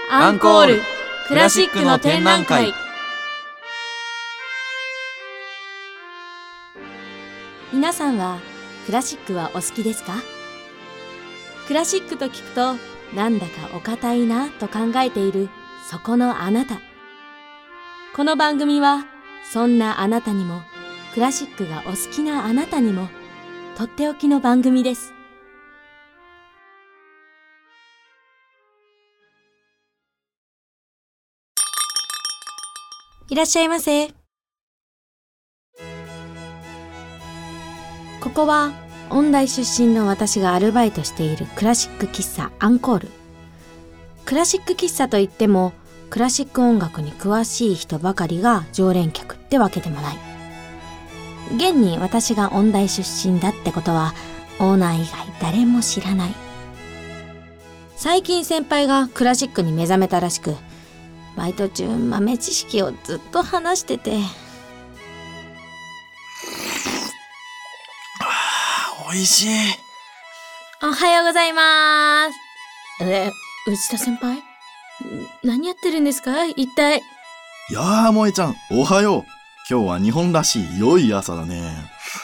アンコールクラシックの展覧会。 皆さんはクラシックはお好きですか？クラシックと聞くとなんだかお堅いなと考えているそこのあなた。この番組はそんなあなたにもクラシックがお好きなあなたにもとっておきの番組です。いらっしゃいませ。ここは音大出身の私がアルバイトしているクラシック喫茶アンコール。クラシック喫茶といってもクラシック音楽に詳しい人ばかりが常連客ってわけでもない。現に私が音大出身だってことはオーナー以外誰も知らない。最近先輩がクラシックに目覚めたらしく、バイト中豆知識をずっと話してて。 美味しい。 おはようございます。内田先輩？何やってるんですか一体。 やー萌ちゃん、おはよう。今日は日本らしい良い朝だね。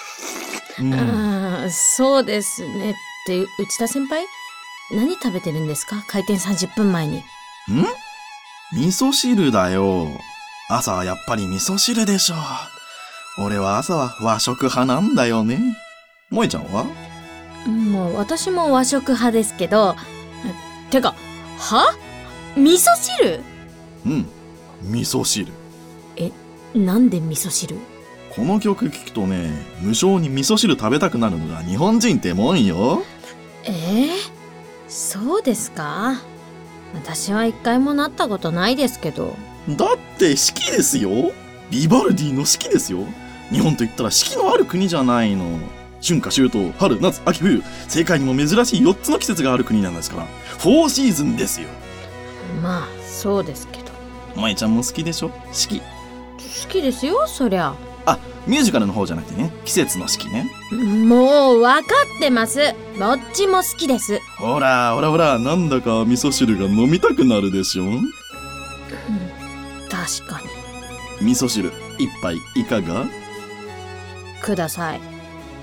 そうですね。って内田先輩？何食べてるんですか開店30分前に。 味噌汁だよ。朝はやっぱり味噌汁でしょ。俺は朝は和食派なんだよね。萌ちゃんは？ もう私も和食派ですけど。てか、味噌汁？ 味噌汁。 なんで味噌汁？ この曲聴くとね、無性に味噌汁食べたくなるのが日本人ってもんよ。 そうですか？私は一回もなったことないですけど。 だって四季ですよ。ビバルディの四季ですよ。日本といったら四季のある国じゃないの。春夏秋冬、春夏秋冬、世界にも珍しい4つの季節がある国なんですから、4シーズンですよ。 まあそうですけど。 舞ちゃんも好きでしょ四季。 好きですよそりゃ。 ミュージカルの方じゃなくてね、季節の四季ね。 もう分かってます。どっちも好きです。 ほら、なんだか味噌汁が飲みたくなるでしょ。 確かに。味噌汁一杯いかが？ ください。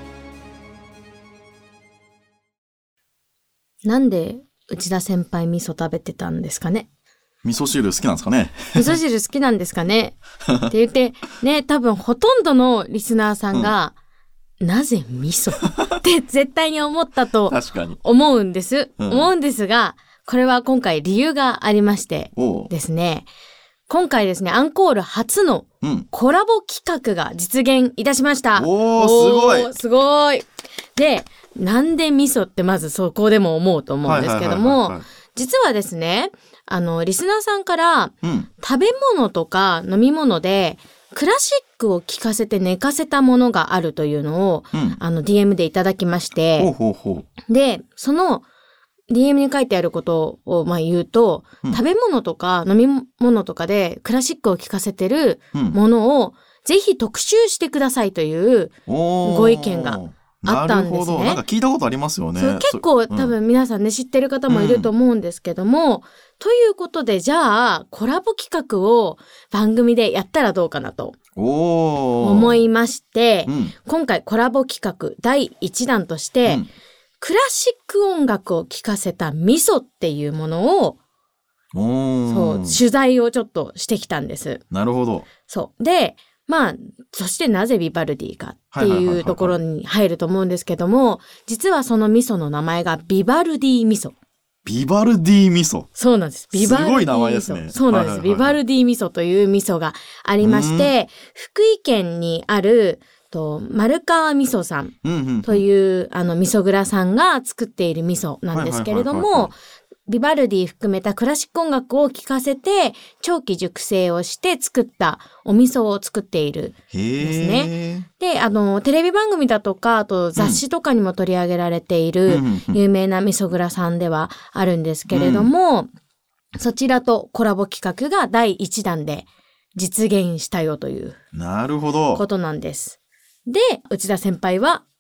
なんで内田先輩味噌食べてたんですかね？ 味噌汁好きなんですかね？ 味噌汁好きなんですかねって言ってね、多分ほとんどのリスナーさんが、なぜ味噌って絶対に思ったと思うんです、思うんですが、これは今回理由がありましてですね、今回ですね、アンコール初のコラボ企画が実現いたしました。すごい。で、なんで味噌ってまずそこでも思うと思うんですけども、実はですね、リスナーさんから、食べ物とか飲み物でクラシックを聴かせて寝かせたものがあるというのを、DM でいただきまして、で、その DM に書いてあることを言うと、食べ物とか飲み物とかでクラシックを聴かせてるものをぜひ特集してくださいというご意見があったんですね。 なんか聞いたことありますよね。 結構多分皆さんね、知ってる方もいると思うんですけども、ということでじゃあコラボ企画を番組でやったらどうかなと思いまして、今回コラボ企画第1弾として、クラシック音楽を聴かせた味噌っていうものを取材をちょっとしてきたんです。 なるほど。 そうで、そしてなぜビバルディかっていうところに入ると思うんですけども、実はその味噌の名前がビバルディ味噌。 ビバルディ味噌。 そうなんです。 ビバルディ味噌。すごい名前ですね。 そうなんです。ビバルディ味噌という味噌がありまして、福井県にある丸川味噌さんという味噌蔵さんが作っている味噌なんですけれども、ビバルディ含めたクラシック音楽を聴かせて長期熟成をして作ったお味噌を作っているんですね。で、テレビ番組だとか、あと雑誌とかにも取り上げられている有名な味噌蔵さんではあるんですけれども、そちらとコラボ企画が第1弾で実現したよということなんです。で、内田先輩は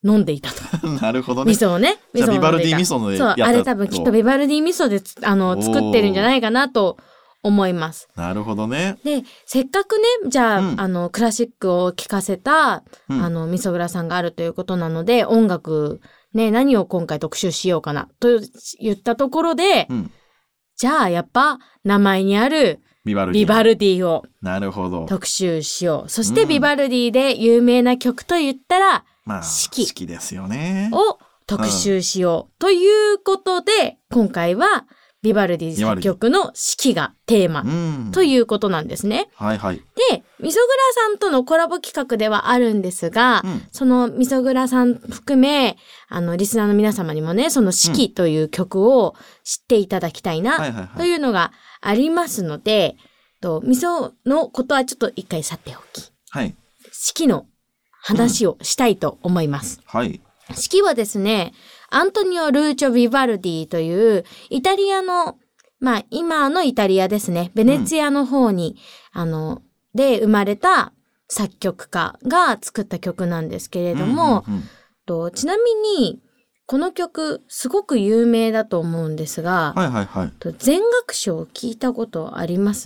飲んでいたと。 なるほどね。 味噌をね。 じゃあビバルディ味噌のやつ。 そう、あれ多分きっとビバルディ味噌で作ってるんじゃないかなと思います。 なるほどね。 で、せっかくね、じゃあ、クラシックを聴かせた、味噌蔵さんがあるということなので、音楽、ね、何を今回特集しようかな、と言ったところで、じゃあ、やっぱ、名前にある、ビバルディを特集しよう。そしてビバルディで有名な曲と言ったら、四季ですよね。 を特集しよう。ということで、今回はビバルディ作曲の四季がテーマということなんですね。 はいはい。 で、味噌蔵さんとのコラボ企画ではあるんですが、その味噌蔵さん含め、リスナーの皆様にもね、その四季という曲を知っていただきたいな、というのがありますので、味噌のことはちょっと一回去っておき、四季の話をしたいと思います。四季はですね、アントニオ・ルーチョ・ビバルディというイタリアの、今のイタリアですね、ベネツィアの方に、で生まれた作曲家が作った曲なんですけれども、ちなみにこの曲すごく有名だと思うんですが、全楽章聞いたことあります？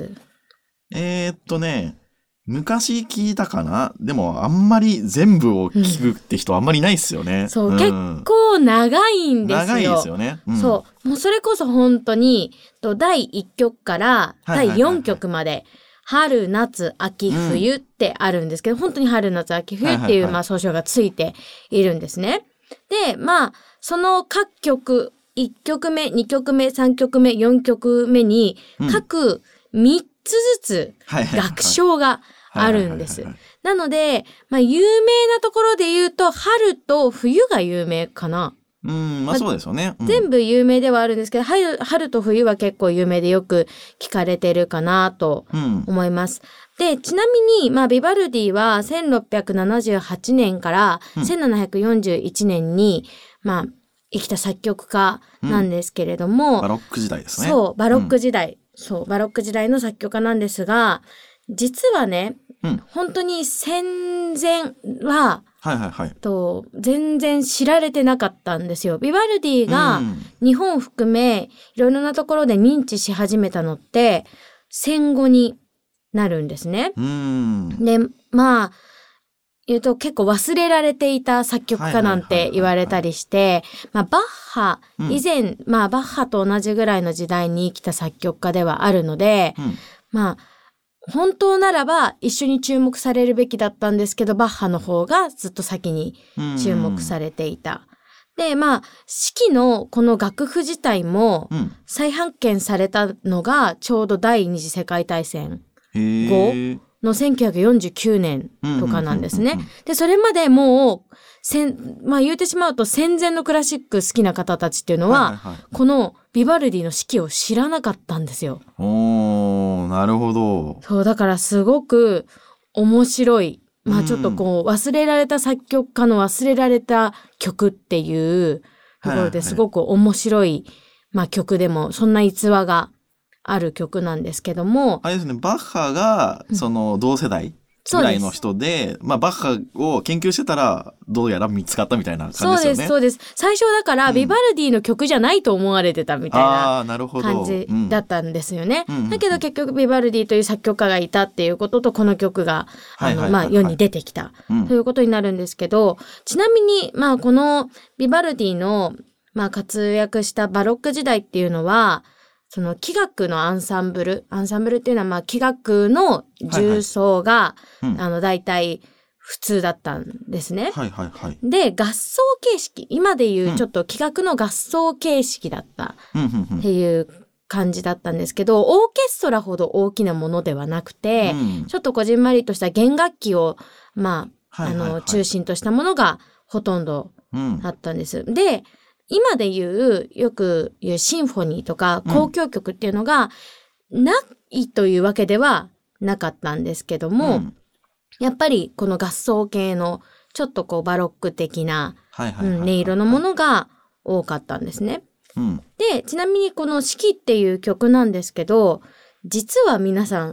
昔聞いたかな。でもあんまり全部を聞くって人あんまりいないですよね。 そう、結構長いんですよ。 長いですよね。 そう。もうそれこそ本当に、第1曲から第4曲まで、春、夏、秋、冬ってあるんですけど、本当に春、夏、秋、冬っていう、総称がついているんですね。で、その各曲、1曲目、2曲目、3曲目、4曲目に、各3つずつ楽章があるんです。なので、有名なところで言うと、春と冬が有名かな。 そうですよね。 全部有名ではあるんですけど、春と冬は結構有名でよく聞かれてるかなと思います。で、ちなみに、ビバルディは1678年から1741年に、生きた作曲家なんですけれども、 バロック時代ですね。 そう、バロック時代。バロック時代の作曲家なんですが、実はね、本当に戦前は、全然知られてなかったんですよ。ビバルディが日本を含めいろいろなところで認知し始めたのって戦後になるんですね。で、言うと結構忘れられていた作曲家なんて言われたりして、バッハ、以前、バッハと同じぐらいの時代に生きた作曲家ではあるので、本当ならば一緒に注目されるべきだったんですけど、バッハの方がずっと先に注目されていた。で、四季のこの楽譜自体も再発見されたのがちょうど第二次世界大戦後の1949年とかなんですね。で、それまでもう言うてしまうと戦前のクラシック好きな方たちっていうのは、このビバルディの四季を知らなかったんですよ。 なるほど。 そう、だからすごく面白い。ちょっと忘れられた作曲家の忘れられた曲っていうところですごく面白い、曲でもそんな逸話がある曲なんですけども。 あれですね、バッハがその同世代ぐらいの人で、バッハを研究してたらどうやら見つかったみたいな感じですよね。 そうです。最初だからビバルディの曲じゃないと思われてたみたいな感じだったんですよね。だけど結局ビバルディという作曲家がいたっていうことと、この曲が世に出てきたということになるんですけど、ちなみにこのビバルディの活躍したバロック時代っていうのは、その器楽のアンサンブルっていうのは器楽の重奏が大体普通だったんですね。で、合奏形式、今でいうちょっと器楽の合奏形式だったっていう感じだったんですけど、オーケストラほど大きなものではなくて、ちょっとこじんまりとした弦楽器を中心としたものがほとんどあったんです。で、今でよく言うシンフォニーとか交響曲っていうのがないというわけではなかったんですけども、やっぱりこの合奏系のちょっとバロック的な音色のものが多かったんですね。で、ちなみにこの四季っていう曲なんですけど、実は皆さん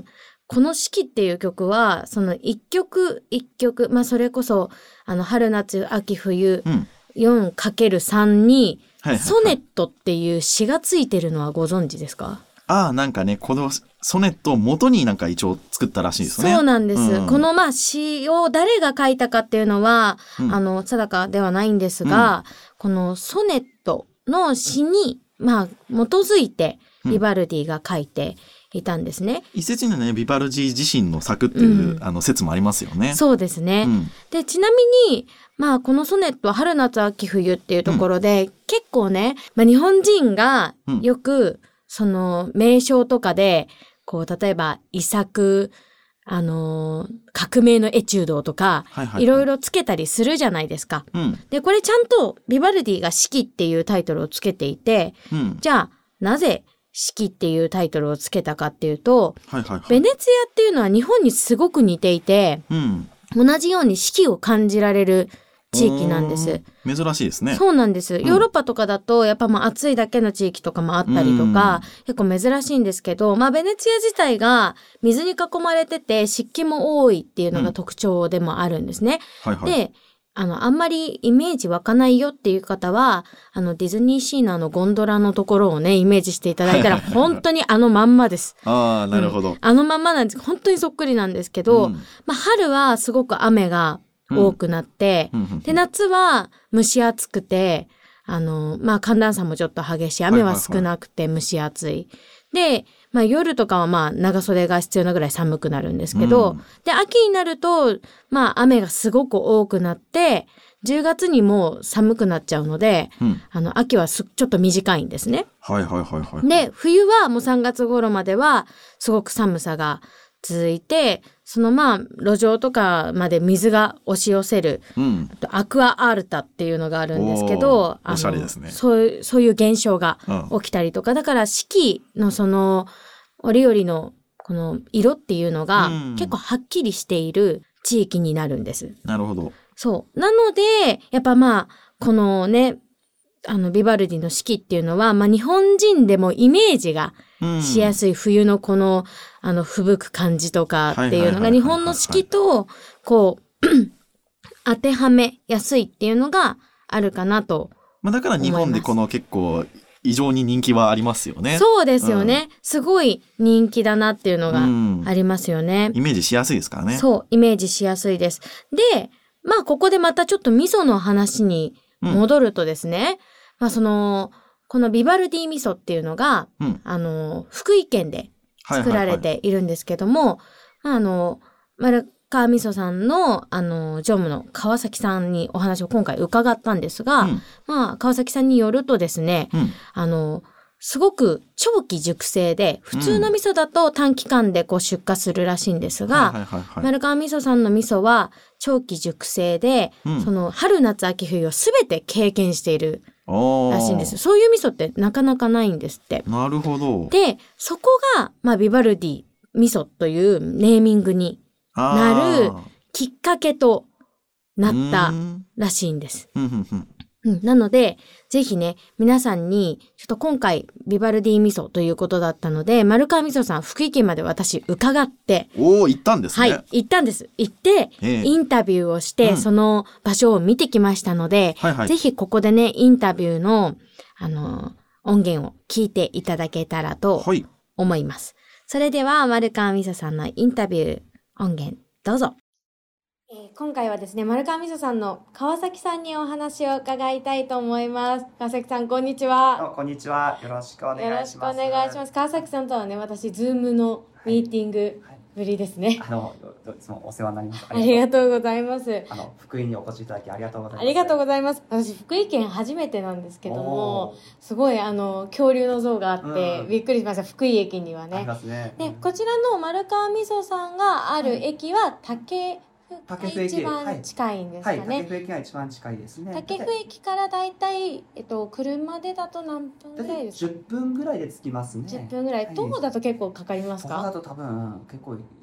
この四季っていう曲は、その一曲一曲、それこそ、春夏秋冬、4×3 に、ソネットっていう詩がついてるのはご存知ですか？ なんかね、このソネットを元になんか一応作ったらしいですね。 そうなんです。この詩を誰が書いたかっていうのは、定かではないんですが、このソネットの詩に、基づいて、ビバルディが書いていたんですね。 一説にはね、ビバルディ自身の作っていう、説もありますよね。 そうですね。で、ちなみに、このソネットは春夏秋冬っていうところで、結構ね、日本人がよく、その名称とかで、こう、例えば、遺作、革命のエチュードとか、いろいろつけたりするじゃないですか。で、これちゃんとビバルディが四季っていうタイトルをつけていて、じゃあ、なぜ四季っていうタイトルをつけたかっていうと、ベネツィアっていうのは日本にすごく似ていて、同じように四季を感じられる地域なんです。 珍しいですね。 そうなんです。ヨーロッパとかだとやっぱ暑いだけの地域とかもあったりとか、結構珍しいんですけど、ベネツィア自体が水に囲まれてて湿気も多いっていうのが特徴でもあるんですね。で、あんまりイメージ湧かないよっていう方は、ディズニーシーのゴンドラのところをね、イメージしていただいたら、本当にまんまです。 なるほど。 まんまなんです。本当にそっくりなんですけど、春はすごく雨が多くなって、で、夏は蒸し暑くて、寒暖差もちょっと激しい。雨は少なくて蒸し暑い。で、夜とかは長袖が必要なぐらい寒くなるんですけど、で、秋になると、雨がすごく多くなって、10月にもう寒くなっちゃうので、秋はちょっと短いんですね。で、冬はもう3月頃までは、すごく寒さが続いて、その路上とかまで水が押し寄せる、アクアアルタっていうのがあるんですけど、 おしゃれですね。 そういう現象が起きたりとか、だから四季のその折々のこの色っていうのが結構はっきりしている地域になるんです。 なるほど。 そう。なので、やっぱこのね、ビバルディの四季っていうのは、日本人でもイメージがしやすい冬のこの、吹雪く感じとかっていうのが日本の四季と、こう、当てはめやすいっていうのがあるかなと思います。 だから日本でこの結構異常に人気はありますよね。 そうですよね。すごい人気だなっていうのがありますよね。 イメージしやすいですからね。 そう、イメージしやすいです。で、ここでまたちょっと味噌の話に戻るとですね、このビバルディ味噌っていうのが、福井県で作られているんですけども、丸川味噌さんの、常務の川崎さんにお話を今回伺ったんですが、川崎さんによるとですね、すごく長期熟成で、普通の味噌だと短期間で出荷するらしいんですが、丸川味噌さんの味噌は長期熟成で、その春夏秋冬をすべて経験しているらしいんです。そういう味噌ってなかなかないんですって。 なるほど。 で、そこが、ビバルディ味噌というネーミングになるきっかけとなったらしいんです。なので、ぜひね、皆さんに、ちょっと今回、ビバルディ味噌ということだったので、丸川味噌さん、福井県まで私伺って。 行ったんですね。 はい、行ったんです。行って、インタビューをして、その場所を見てきましたので、ぜひここでね、インタビューの、音源を聞いていただけたらと思います。それでは、丸川味噌さんのインタビュー音源、どうぞ。今回はですね、丸川味噌さんの川崎さんにお話を伺いたいと思います。川崎さん、こんにちは。 こんにちは。よろしくお願いします。 よろしくお願いします。川崎さんとはね、私、ズームのミーティングぶりですね。 いつもお世話になります。 ありがとうございます。 福井にお越しいただきありがとうございます。 ありがとうございます。私、福井県初めてなんですけども、すごい恐竜の像があって、びっくりしました。福井駅にはね。 ありますね。 で、こちらの丸川味噌さんがある駅は竹府駅一番近いんですかね。 竹府駅が一番近いですね。 竹府駅からだいたい車でだと何分ぐらいですか？ 10分ぐらいで着きますね。 10分ぐらい。徒歩だと結構かかりますか？ 徒歩だと多分結構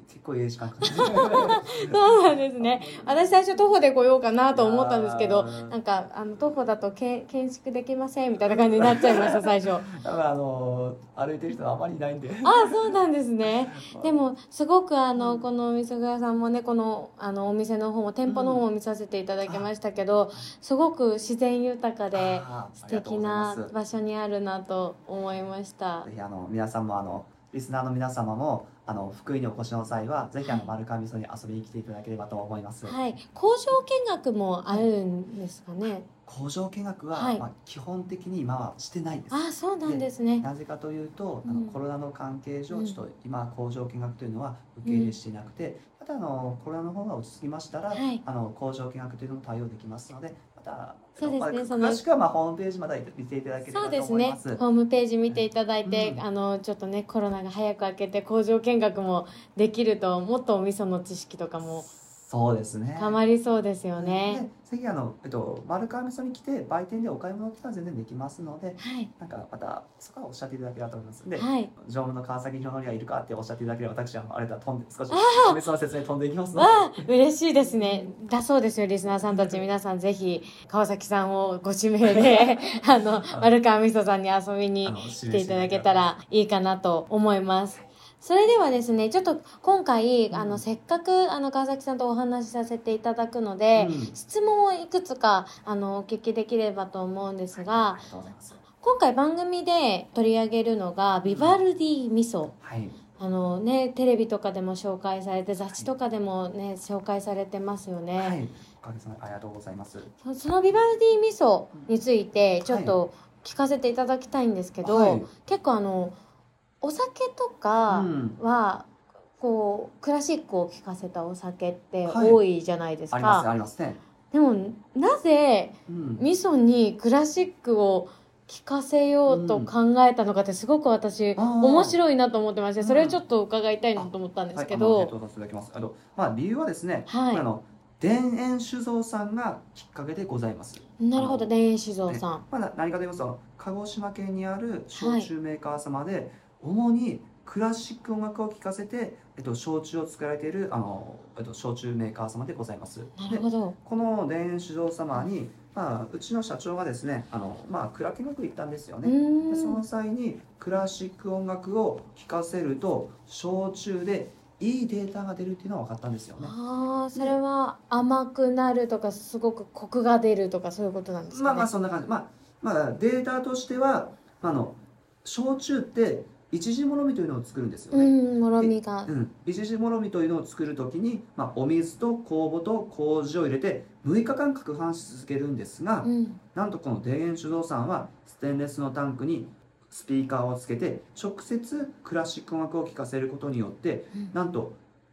結構いい時間かかるそうなんですね。私最初徒歩で来ようかなと思ったんですけど、なんか徒歩だと見識できませんみたいな感じになっちゃいました最初。 歩いてる人はあまりいないんで。 そうなんですね。でもすごくこのお味噌屋さんもね、このお店の方も店舗の方も見させていただきましたけど、すごく自然豊かで素敵な場所にあるなと思いました。 ぜひ皆さんもリスナーの皆様も福井にお越しの際はぜひ丸川味噌に遊びに来ていただければと思います。 はい。工場見学もあるんですかね。 工場見学は、 はい基本的に今はしてないです。 そうなんですね。 なぜかというとコロナの関係上、ちょっと今工場見学というのは受け入れしていなくて、またコロナの方が落ち着きましたら、工場見学というのも対応できますので、またそうですね、 詳しくはホームページまで見ていただければと思います。 そうですね、ホームページ見ていただいて、ちょっとねコロナが早く明けて工場見学もできると、もっとお味噌の知識とかもそうですね、 たまりそうですよね。 ぜひ丸川味噌に来て売店でお買い物っていうのは全然できますので、なんかまたそこはおっしゃっていただければと思います。で、常務の川崎宏典はいるかっておっしゃっていただければ、私はあれだ飛んで少しお味噌の説明飛んでいきますので。 嬉しいですね。だそうですよ、リスナーさんたち皆さんぜひ川崎さんをご指名で丸川味噌さんに遊びに来ていただけたらいいかなと思います。それではですね、ちょっと今回せっかく川崎さんとお話しさせていただくので、質問をいくつかお聞きできればと思うんですが、今回番組で取り上げるのがビバルディ味噌、テレビとかでも紹介されて、雑誌とかでもね紹介されてますよね。 おかげさまでありがとうございます。 そのビバルディ味噌についてちょっと聞かせていただきたいんですけど、結構お酒とかは、こうクラシックを聴かせたお酒って多いじゃないですか。 ありますね。 でもなぜ味噌にクラシックを聴かせようと考えたのかって、すごく私面白いなと思ってまして、それをちょっと伺いたいなと思ったんですけど。 理由はですね、田園酒造さんがきっかけでございます。 なるほど、田園酒造さん。 何かと言いますと、鹿児島県にある焼酎メーカー様で、主にクラシック音楽を聴かせて、焼酎を作られている焼酎メーカー様でございます。 なるほど。 この田園酒造様に、うちの社長がですね、蔵見学行ったんですよね。でその際にクラシック音楽を聴かせると焼酎でいいデータが出るっていうのは分かったんですよね。 それは甘くなるとか、すごくコクが出るとか、そういうことなんですかね。 そんな感じ。データとしては焼酎って一時もろみというのを作るんですよね。 もろみが。 一時もろみというのを作るときに、お水と酵母と麹を入れて6日間攪拌し続けるんですが、なんとこの田園酒造さんはステンレスのタンクにスピーカーをつけて直接クラシック音楽を聴かせることによって、なんと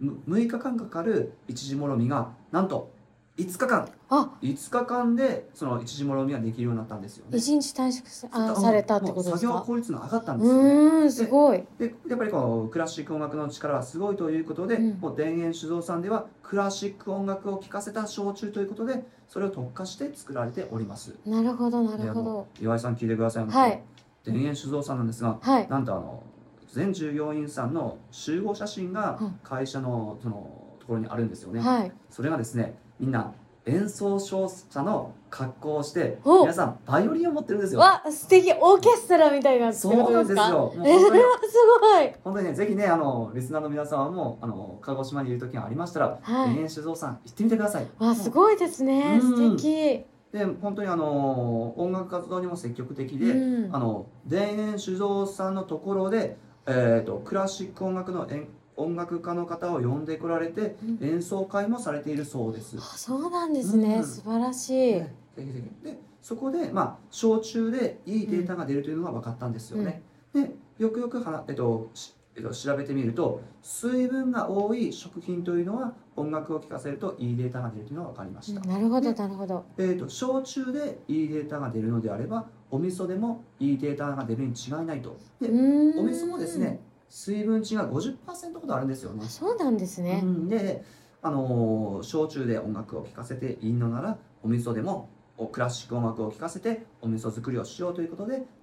6日間かかる一時もろみがなんと5日間でその一時もろみができるようになったんですよね。 1日短縮されたってことですか。 作業効率が上がったんですよね。 すごい。 でやっぱりこうクラシック音楽の力はすごいということで、もう田園酒造さんではクラシック音楽を聴かせた焼酎ということで、それを特化して作られております。 なるほどなるほど。 岩井さん聞いてください。田園酒造さんなんですが、なんと全従業員さんの集合写真が会社のそのところにあるんですよね。それがですね、みんな演奏奏者の格好をして皆さんバイオリンを持ってるんですよ。 素敵。オーケストラみたいなってことですか。そうなんですよ。それはすごい。 本当にね、ぜひねリスナーの皆様も鹿児島にいる時がありましたら、田園酒造さん行ってみてください。 すごいですね。素敵。 で本当に音楽活動にも積極的で、田園酒造さんのところでクラシック音楽の音楽家の方を呼んでこられて、演奏会もされているそうです。 そうなんですね。素晴らしい。 ぜひぜひ。でそこで焼酎でいいデータが出るというのが分かったんですよね。でよくよく調べてみると、水分が多い食品というのは音楽を聴かせるといいデータが出るというのが分かりました。 なるほどなるほど。 焼酎でいいデータが出るのであれば、お味噌でもいいデータが出るに違いないと。でお味噌もですね、水分値が 50% ほどあるんですよね。 そうなんですね。 で焼酎で音楽を聴かせていいのなら、お味噌でもクラシック音楽を聴かせてお味噌作りをしようということで、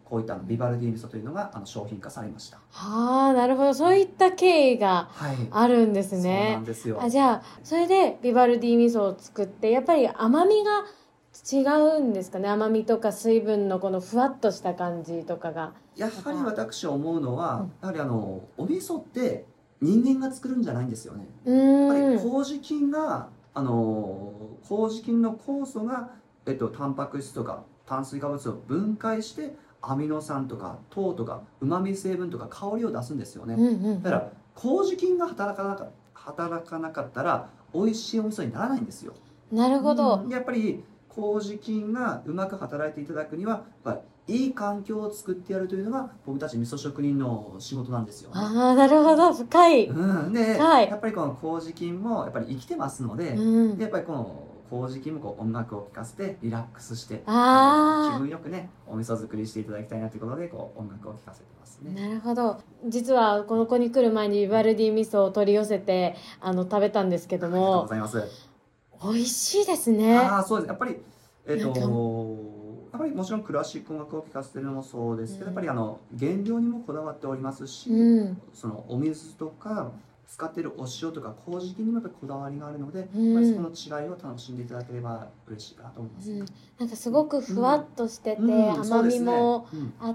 こういったビバルディ味噌というのが商品化されました。 はあ、なるほど。そういった経緯があるんですね。 そうなんですよ。 じゃあそれでビバルディ味噌を作って、やっぱり甘みが違うんですかね。甘みとか水分のこのふわっとした感じとかが。 やはり私思うのは、やはりお味噌って人間が作るんじゃないんですよね。やっぱり麹菌が麹菌の酵素がタンパク質とか炭水化物を分解してアミノ酸とか糖とかうまみ成分とか香りを出すんですよね。だから麹菌が働かなかったら美味しいお味噌にならないんですよ。 なるほど。 やっぱり麹菌がうまく働いていただくには、やっぱりいい環境を作ってやるというのが僕たち味噌職人の仕事なんですよね。 ああ、なるほど、深い。 で、やっぱりこの麹菌もやっぱり生きてますので、やっぱりこの麹菌も音楽を聴かせてリラックスして気分よくねお味噌作りしていただきたいなということで音楽を聴かせてますね。 なるほど。実はこの子に来る前にビバルディ味噌を取り寄せて食べたんですけども、 ありがとうございます。 美味しいですね。 そうです。やっぱりやっぱりもちろんクラシック音楽を聴かせてるのもそうですけど、やっぱり原料にもこだわっておりますし、そのお水とか使っているお塩とか麹菌にもやっぱりこだわりがあるので、その違いを楽しんでいただければ嬉しいかなと思います。 なんかすごくふわっとしてて、甘みもあって、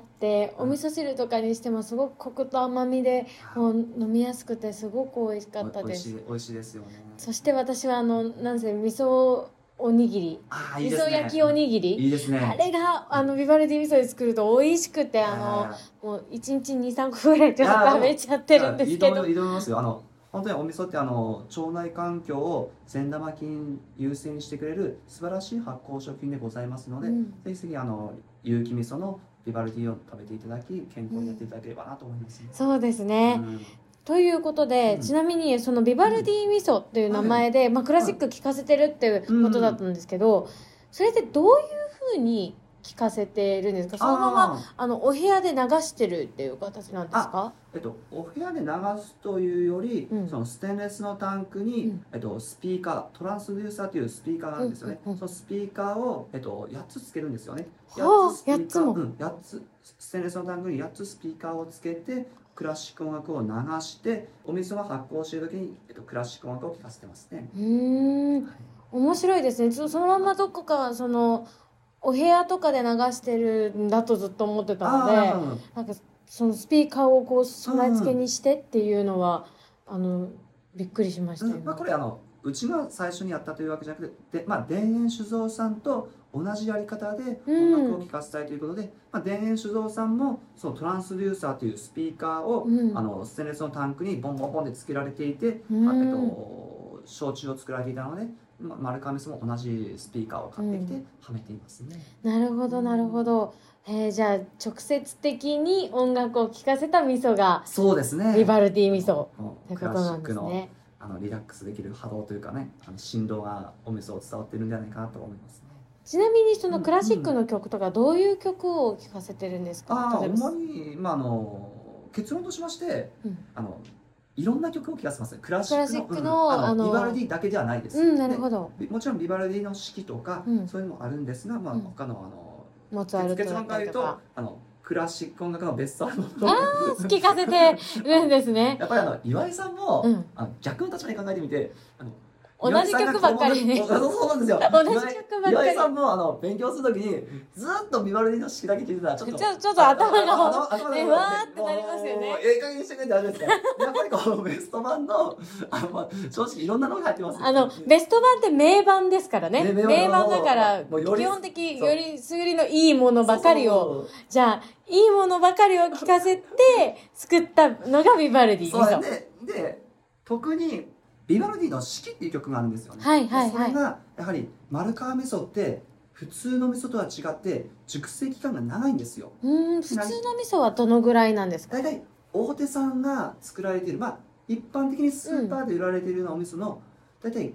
お味噌汁とかにしてもすごくコクと甘みで飲みやすくてすごく美味しかったです。 美味しいですよね。 そして私はなんせ味噌おにぎり、味噌焼きおにぎり、 いいですね。 あれがビバルディ味噌で作ると美味しくて、もう1日 2,3 個ぐらいちょっと食べちゃってるんですけど。 いいと思いますよ。本当にお味噌って腸内環境を善玉菌優先してくれる素晴らしい発酵食品でございますので、ぜひぜひ有機味噌のビバルディを食べていただき健康にやっていただければなと思います、ね。 そうですね。ということで、ちなみにそのビバルディ味噌っていう名前で、クラシック聴かせてるっていうことだったんですけど、それでどういうふうに聴かせてるんですか？そのままお部屋で流してるっていう形なんですか？ お部屋で流すというより、そのステンレスのタンクに、スピーカー、トランスデューサーというスピーカーがあるんですよね。そのスピーカーを、8つつけるんですよね。 8つも 8つ、ステンレスのタンクに8つスピーカーをつけてクラシック音楽を流して、お味噌が発酵している時に、クラシック音楽を聴かせてますね。 面白いですね。そのままどこかお部屋とかで流してるんだとずっと思ってたので、なんかそのスピーカーを備え付けにしてっていうのはびっくりしましたよ。 これうちが最初にやったというわけじゃなくて、田園酒造さんと同じやり方で音楽を聴かせたいということで、田園酒造さんもそのトランスデューサーというスピーカーを、ステンレスのタンクにボンボンボンでつけられていて、焼酎を作られていたので、丸亀味噌も同じスピーカーを買ってきてはめていますね。 なるほどなるほど。じゃあ直接的に音楽を聴かせた味噌がそうですね、 ビバルディ味噌ってことなんですね。 リラックスできる波動というかね、振動がお味噌を伝わってるんじゃないかなと思いますね。 ちなみにそのクラシックの曲とかどういう曲を聴かせてるんですか？ 主に結論としまして、いろんな曲を聴かせます。クラシックのビバルディだけではないです。 なるほど。 もちろんビバルディの式とか、そういうのもあるんですが、他のモーツァルト結論から言うとクラシック音楽のベストアルバム好きかせてるんですね。 やっぱり岩井さんも、逆の立場に考えてみて、 同じ曲ばっかりね。 そうなんですよ。 同じ曲ばっかり。 岩井さんも勉強するときにずっとビバルディの式だけ聞いてたらちょっと頭がわーってなりますよね。 いい加減にしてくれて大丈夫ですか？やっぱりベスト版の正直いろんなのが入ってます。 ベスト版って名盤ですからね。名盤だから基本的よりすぐりのいいものばかりを、じゃあいいものばかりを聞かせて作ったのがビバルディ。 そうで特にビバルディの四季っていう曲があるんですよね。それがやはり丸川味噌って普通の味噌とは違って熟成期間が長いんですよ。 普通の味噌はどのぐらいなんですか？ 大体大手さんが作られている、一般的にスーパーで売られているようなお味噌の大体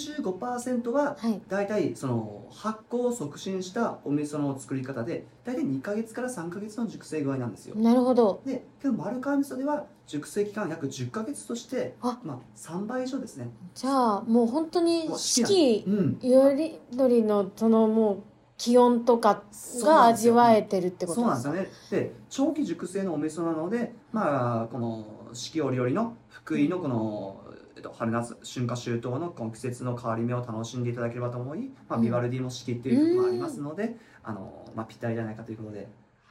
95% は大体その発酵を促進したお味噌の作り方で大体2ヶ月から3ヶ月の熟成具合なんですよ。 なるほど。 でけど丸川味噌では熟成期間約10ヶ月として3倍以上ですね。 じゃあもう本当に四季よりどりのそのもう気温とかが味わえてるってことですか？ そうなんですよね。で、長期熟成のお味噌なので、まあこの四季折々の福井のこの春夏春夏秋冬のこの季節の変わり目を楽しんでいただければと思い、まあ、ビバルディも四季っていう曲もありますので、まあ、ぴったりじゃないかということで。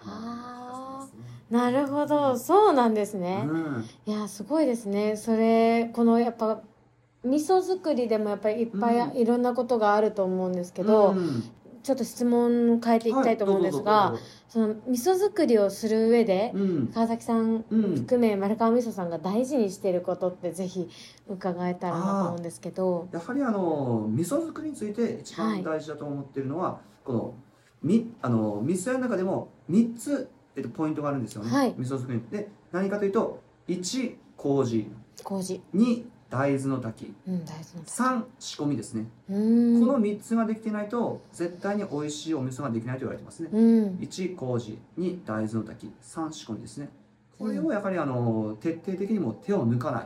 なるほど、そうなんですね。いやすごいですね。それこのやっぱ味噌作りでもやっぱりいっぱいいろんなことがあると思うんですけど、ちょっと質問変えていきたいと思うんですが、その味噌作りをする上で、川崎さん含め丸川味噌さんが大事にしていることってぜひ伺えたらなと思うんですけど。 やはり味噌作りについて一番大事だと思っているのは、この味噌屋の中でも3つ、ポイントがあるんですよね、味噌作りで。何かというと、1、麹、2、大豆の炊き、3、仕込みですね。この3つができていないと絶対に美味しいお味噌ができないと言われてますね。1、麹、2、大豆の炊き、3、仕込みですね。これをやはり徹底的にも手を抜かない、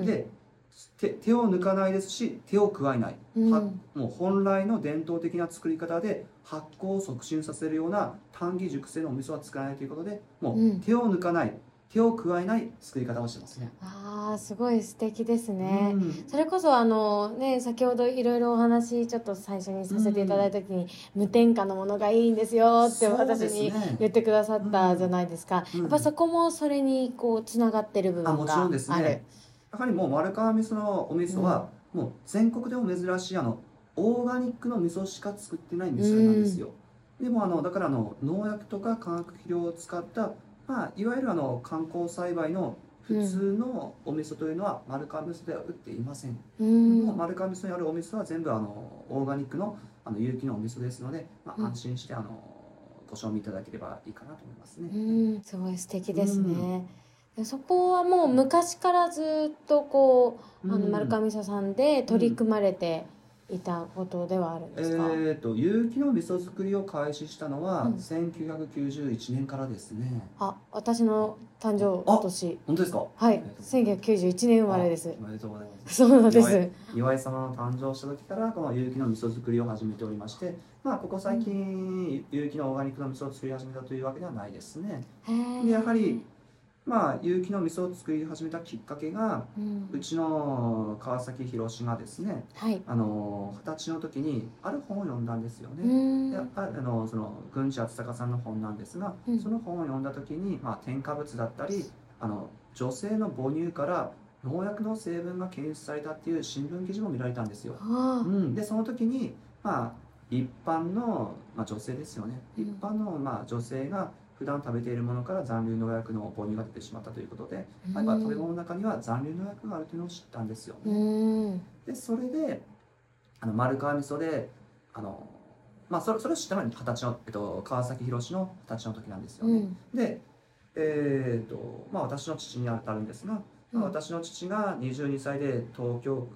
で手を抜かないですし、手を加えない、もう本来の伝統的な作り方で発酵を促進させるような短期熟成のお味噌は作らないということで、もう手を抜かない、手を加えない作り方をしてますね。 すごい素敵ですね。それこそ先ほどいろいろお話ちょっと最初にさせていただいた時に、無添加のものがいいんですよって私に言ってくださったじゃないですか。やっぱそこもそれにこうつながってる部分がある。 もちろんですね。やはりもう丸川味噌のお味噌は、もう全国でも珍しいオーガニックの味噌しか作ってない味噌なんですよ。でもだから農薬とか化学肥料を使った、いわゆる観光栽培の普通のお味噌というのは丸川味噌では売っていません。もう丸川味噌にあるお味噌は全部オーガニックの有機のお味噌ですので、安心してご賞味いただければいいかなと思いますね。 すごい素敵ですね。そこはもう昔からずっとこう丸川味噌さんで取り組まれていたことではあるんですか？ 有機の味噌作りを開始したのは1991年からですね。 私の誕生年。 本当ですか？ はい、1991年生まれです。 おめでとうございます。 そうなんです。 岩井様の誕生した時からこの有機の味噌作りを始めておりまして、ここ最近有機のオーガニックの味噌を作り始めたというわけではないですね。でやはり有機の味噌を作り始めたきっかけが、うちの川崎宏がですね、20歳の時にある本を読んだんですよね。でその郡司敦隆さんの本なんですが、その本を読んだ時に、添加物だったり女性の母乳から農薬の成分が検出されたっていう新聞記事も見られたんですよ。でその時に一般の、女性ですよね、一般の、女性が普段食べているものから残留農薬の母乳が出てしまったということで、食べ物の中には残留農薬があるというのを知ったんですよね。でそれで丸川味噌でそれを知ったのに20歳の、川崎宏の20歳の時なんですよね。で私の父にあたるんですが、私の父が22歳で東京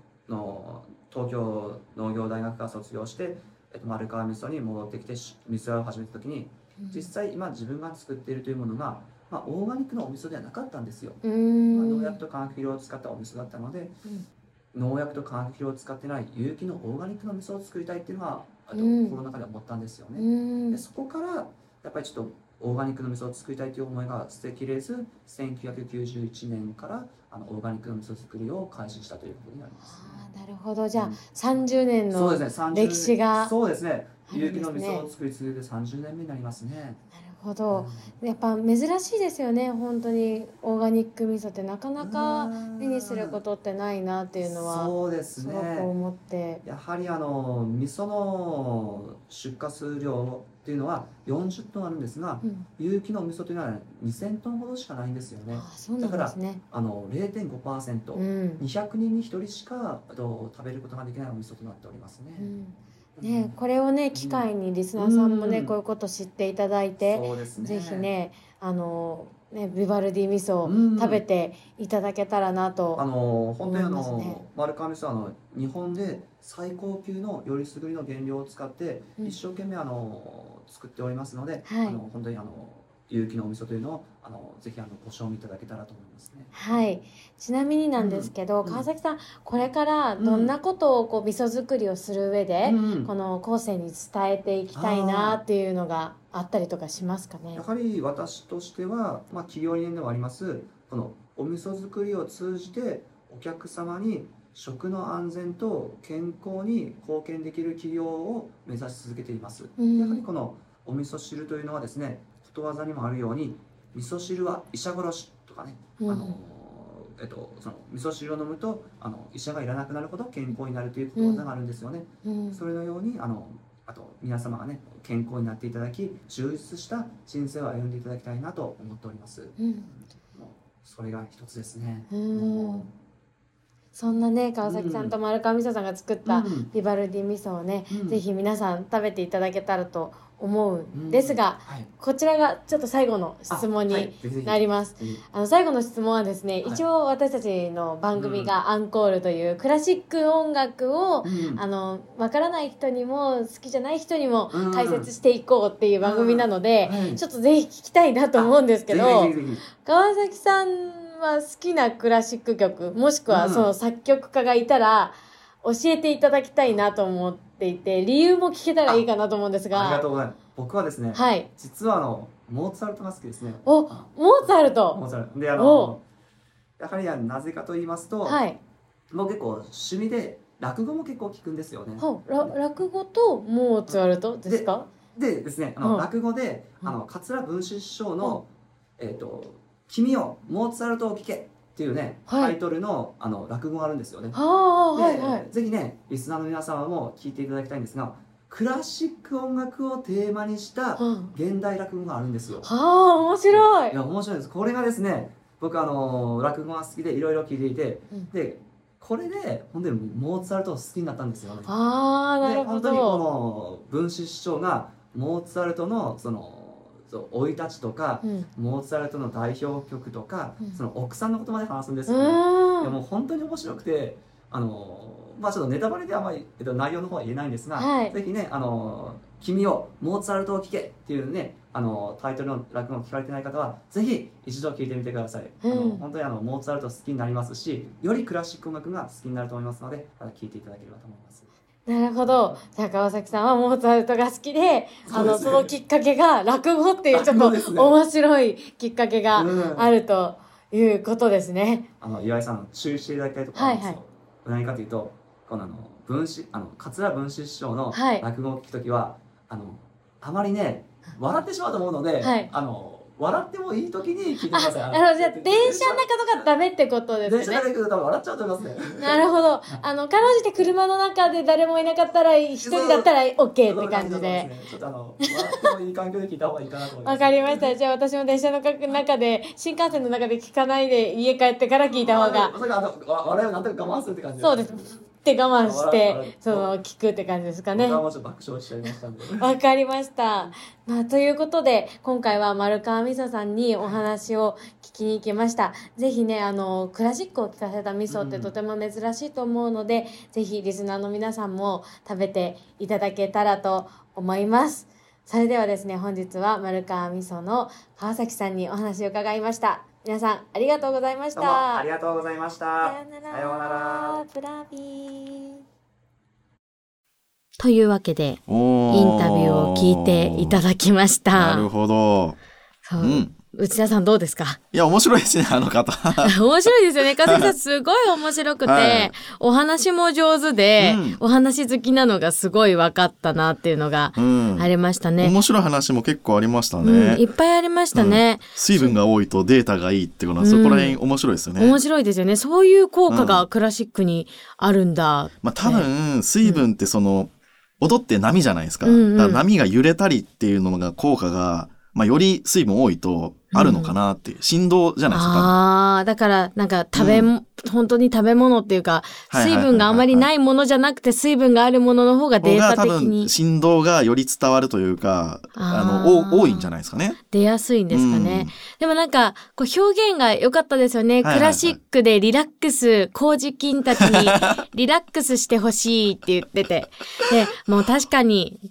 農業大学から卒業して丸川味噌に戻ってきて味噌屋を始めた時に、実際今自分が作っているというものが、オーガニックのお味噌ではなかったんですよ。農薬と化学肥料を使ったお味噌だったので、農薬と化学肥料を使ってない有機のオーガニックの味噌を作りたいっていうのは心の中で思ったんですよね。でそこからやっぱりちょっとオーガニックの味噌を作りたいという思いが捨てきれず、1991年からオーガニックの味噌作りを開始したということになります。 なるほど。じゃあ30年の歴史が、 そうですね、有機の味噌を作り続けて30年目になりますね。 なるほど。やっぱ珍しいですよね。本当にオーガニック味噌ってなかなか目にすることってないなっていうのはそうですね、 すごく思って。 やはり味噌の出荷数量っていうのは40トンあるんですが、有機の味噌というのは2000トンほどしかないんですよね。だから 0.5%、200人に1人しか食べることができないお味噌となっておりますね。 これをね機会にリスナーさんもね、こういうこと知っていただいて、ぜひねビバルディ味噌を食べていただけたらなと本当に丸川味噌は日本で最高級のよりすぐりの原料を使って一生懸命作っておりますので、本当に有機のお味噌というのをぜひご賞味いただけたらと思いますね。 はい。ちなみになんですけど、川崎さん、これからどんなことを味噌作りをする上で、この後世に伝えていきたいなっていうのがあったりとかしますかね。 やはり私としては、企業理念ではありますこのお味噌作りを通じてお客様に食の安全と健康に貢献できる企業を目指し続けています。やはりこのお味噌汁というのはですね、ことわざにもあるように味噌汁は医者殺しとかね、その味噌汁を飲むと医者がいらなくなるほど健康になるということわざがあるんですよね。それのようにあと皆様がね健康になっていただき充実した人生を歩んでいただきたいなと思っております。もうそれが一つですね。 そんなね川崎さんと丸川味噌さんが作ったビバルディ味噌をね、ぜひ皆さん食べていただけたらと思うんですが、こちらがちょっと最後の質問になります。最後の質問はですね、一応私たちの番組がアンコールというクラシック音楽をわからない人にも好きじゃない人にも解説していこうっていう番組なので、ちょっとぜひ聞きたいなと思うんですけど、川崎さんは好きなクラシック曲もしくはその作曲家がいたら教えていただきたいなと思っていて、理由も聞けたらいいかなと思うんですが。 ありがとうございます。僕はですね、実はモーツァルトが好きですね。 モーツァルトでやはりなぜかと言いますと、もう結構趣味で落語も結構聞くんですよね。 落語とモーツァルトですか？ でですね、落語で桂文枝師匠の君よモーツァルトを聴けっていうね、タイトルの落語があるんですよね。ぜひねリスナーの皆様も聞いていただきたいんですが、クラシック音楽をテーマにした現代落語があるんですよ。 面白い。 いや面白いです。これがですね、僕落語が好きでいろいろ聞いていて、でこれで本当にモーツァルトを好きになったんですよね。 なるほど。 本当にこの文枝師匠がモーツァルトのその生い立ちとか、モーツァルトの代表曲とか、その奥さんのことまで話すんですよね。いやもう本当に面白くて、ちょっとネタバレではあまり、内容の方は言えないんですが、ぜひね君をモーツァルトを聴けっていうねタイトルの落語を聞かれてない方はぜひ一度聞いてみてください。本当にモーツァルト好きになりますし、よりクラシック音楽が好きになると思いますので、聞いていただければと思います。 なるほど。じゃあ川崎さんはモーツァルトが好きで、そのきっかけが落語っていうちょっと面白いきっかけがあるということですね。 岩井さん注意していただきたいところなんですよ。何かというと、この桂文枝師匠の落語を聞くときはあまりね笑ってしまうと思うので、笑ってもいい時に聞いてください。 じゃあ電車の中とかダメってことですね。 電車の中で行くと多分笑っちゃうと思いますね。 なるほど。かろうじて車の中で誰もいなかったら一人だったら OK って感じで。 ちょっと笑ってもいい環境で聞いた方がいいかなと思います。 わかりました。じゃあ私も電車の中で新幹線の中で聞かないで家帰ってから聞いた方が。 笑いをなんとか我慢するって感じです。 そうです。って我慢して聞くって感じですかね。 僕はもうちょっと爆笑しちゃいましたんで。 わかりました。ということで今回は丸川味噌さんにお話を聞きに行きました。ぜひねクラシックを聴かせた味噌ってとても珍しいと思うので、ぜひリスナーの皆さんも食べていただけたらと思います。それではですね、本日は丸川味噌の川崎さんにお話を伺いました。皆さんありがとうございました。 どうもありがとうございました。 さようなら。 さようなら。 ブラビー。というわけでインタビューを聞いていただきました。 なるほど。 内田さんどうですか？ いや面白いですね、あの方。 面白いですよね。川崎さんすごい面白くて、お話も上手で、お話好きなのがすごい分かったなっていうのがありましたね。 面白い話も結構ありましたね。 いっぱいありましたね。 水分が多いとデータがいいっていうのはそこら辺面白いですよね。 面白いですよね。そういう効果がクラシックにあるんだ。 多分水分って踊って波じゃないですか。だから波が揺れたりっていうのが効果がより水分多いとあるのかなっていう、振動じゃないですか。 だからなんか本当に食べ物っていうか、水分があまりないものじゃなくて水分があるものの方がデータ的に振動がより伝わるというか多いんじゃないですかね。 出やすいんですかね。でもなんか表現が良かったですよね。クラシックでリラックス、麹菌たちにリラックスしてほしいって言ってて、でもう確かに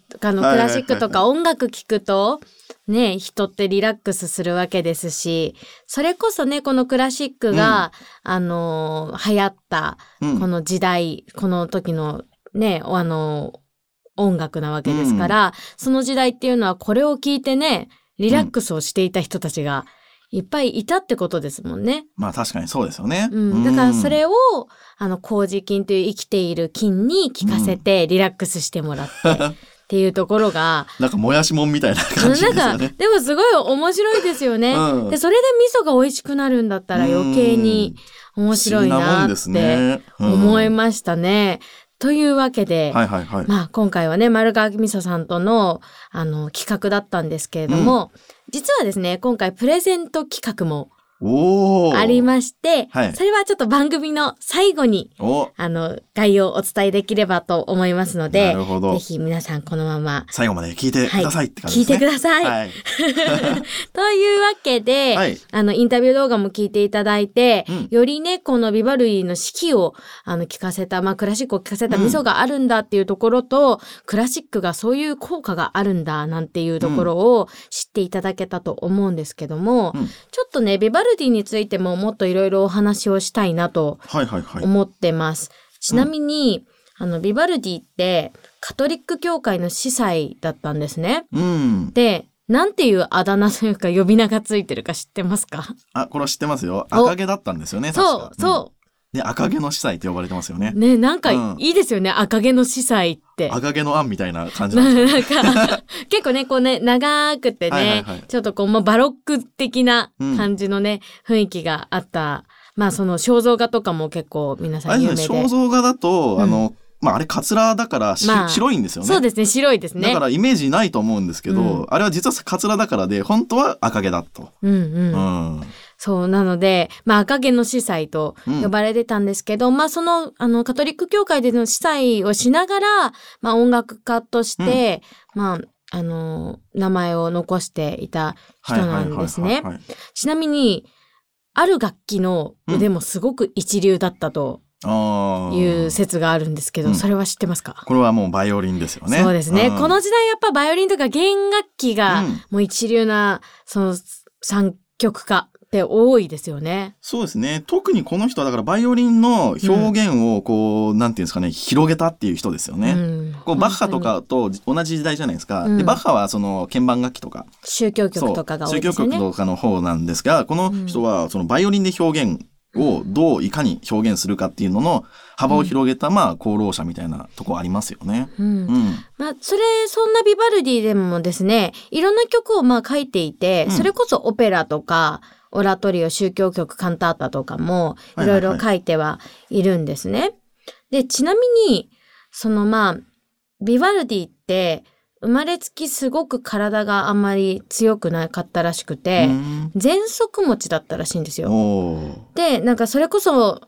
クラシックとか音楽聴くとね、人ってリラックスするわけですし、それこそね、このクラシックが、流行ったこの時代、この時のね、音楽なわけですから、その時代っていうのはこれを聞いてね、リラックスをしていた人たちがいっぱいいたってことですもんね。 まあ確かにそうですよね。 だからそれを麹菌という生きている菌に効かせてリラックスしてもらってっていうところがなんかもやしもんみたいな感じですよね。 でもすごい面白いですよね。でそれで味噌が美味しくなるんだったら余計に面白いなって思いましたね。というわけで、まあ今回はね、丸川味噌さんとの企画だったんですけれども、実はですね、今回プレゼント企画もありまして、それはちょっと番組の最後に概要をお伝えできればと思いますので、ぜひ皆さんこのまま最後まで聞いてくださいって感じですね。 聞いてください。というわけで、インタビュー動画も聞いていただいて、よりね、このビバルディの四季を聞かせた、クラシックを聞かせた味噌があるんだっていうところと、クラシックがそういう効果があるんだなんていうところを知っていただけたと思うんですけども、ちょっとね、ビバルディについてももっといろいろお話をしたいなと思ってます。ちなみに、ビバルディってカトリック教会の司祭だったんですね。で、なんていうあだ名というか呼び名がついてるか知ってますか？ これは知ってますよ。赤毛だったんですよね。 そう。 で、赤毛の司祭って呼ばれてますよね。 ね、なんかいいですよね、赤毛の司祭って。 赤毛の案みたいな感じなんですよ。 なんか、結構ね、こうね、長くてね、ちょっとこう、バロック的な感じのね、雰囲気があった。その肖像画とかも結構皆さん有名で。 肖像画だと、あれカツラだから白いんですよね。 そうですね、白いですね。 だからイメージないと思うんですけど、あれは実はカツラだからで、本当は赤毛だと。そうなので、赤毛の司祭と呼ばれてたんですけど、その、カトリック教会での司祭をしながら、音楽家として、名前を残していた人なんですね。ちなみに、ある楽器の腕もすごく一流だったという説があるんですけど、それは知ってますか？ これはもうバイオリンですよね。 そうですね。この時代やっぱバイオリンとか弦楽器がもう一流な、その作曲家って多いですよね。 そうですね。特にこの人はだからバイオリンの表現をこう、なんていうんですかね、広げたっていう人ですよね。こうバッハとかと同じ時代じゃないですか。でバッハはその鍵盤楽器とか宗教曲とかが多いですよね。 宗教曲とかの方なんですが、この人はそのバイオリンで表現をどういかに表現するかっていうのの幅を広げた功労者みたいなとこありますよね。 そんなビバルディでもですね、いろんな曲を書いていて、それこそオペラとかオラトリオ、宗教曲、カンタータとかもいろいろ書いてはいるんですね。で、ちなみにそのビバルディって生まれつきすごく体があんまり強くなかったらしくて、喘息持ちだったらしいんですよ。で、なんかそれこそ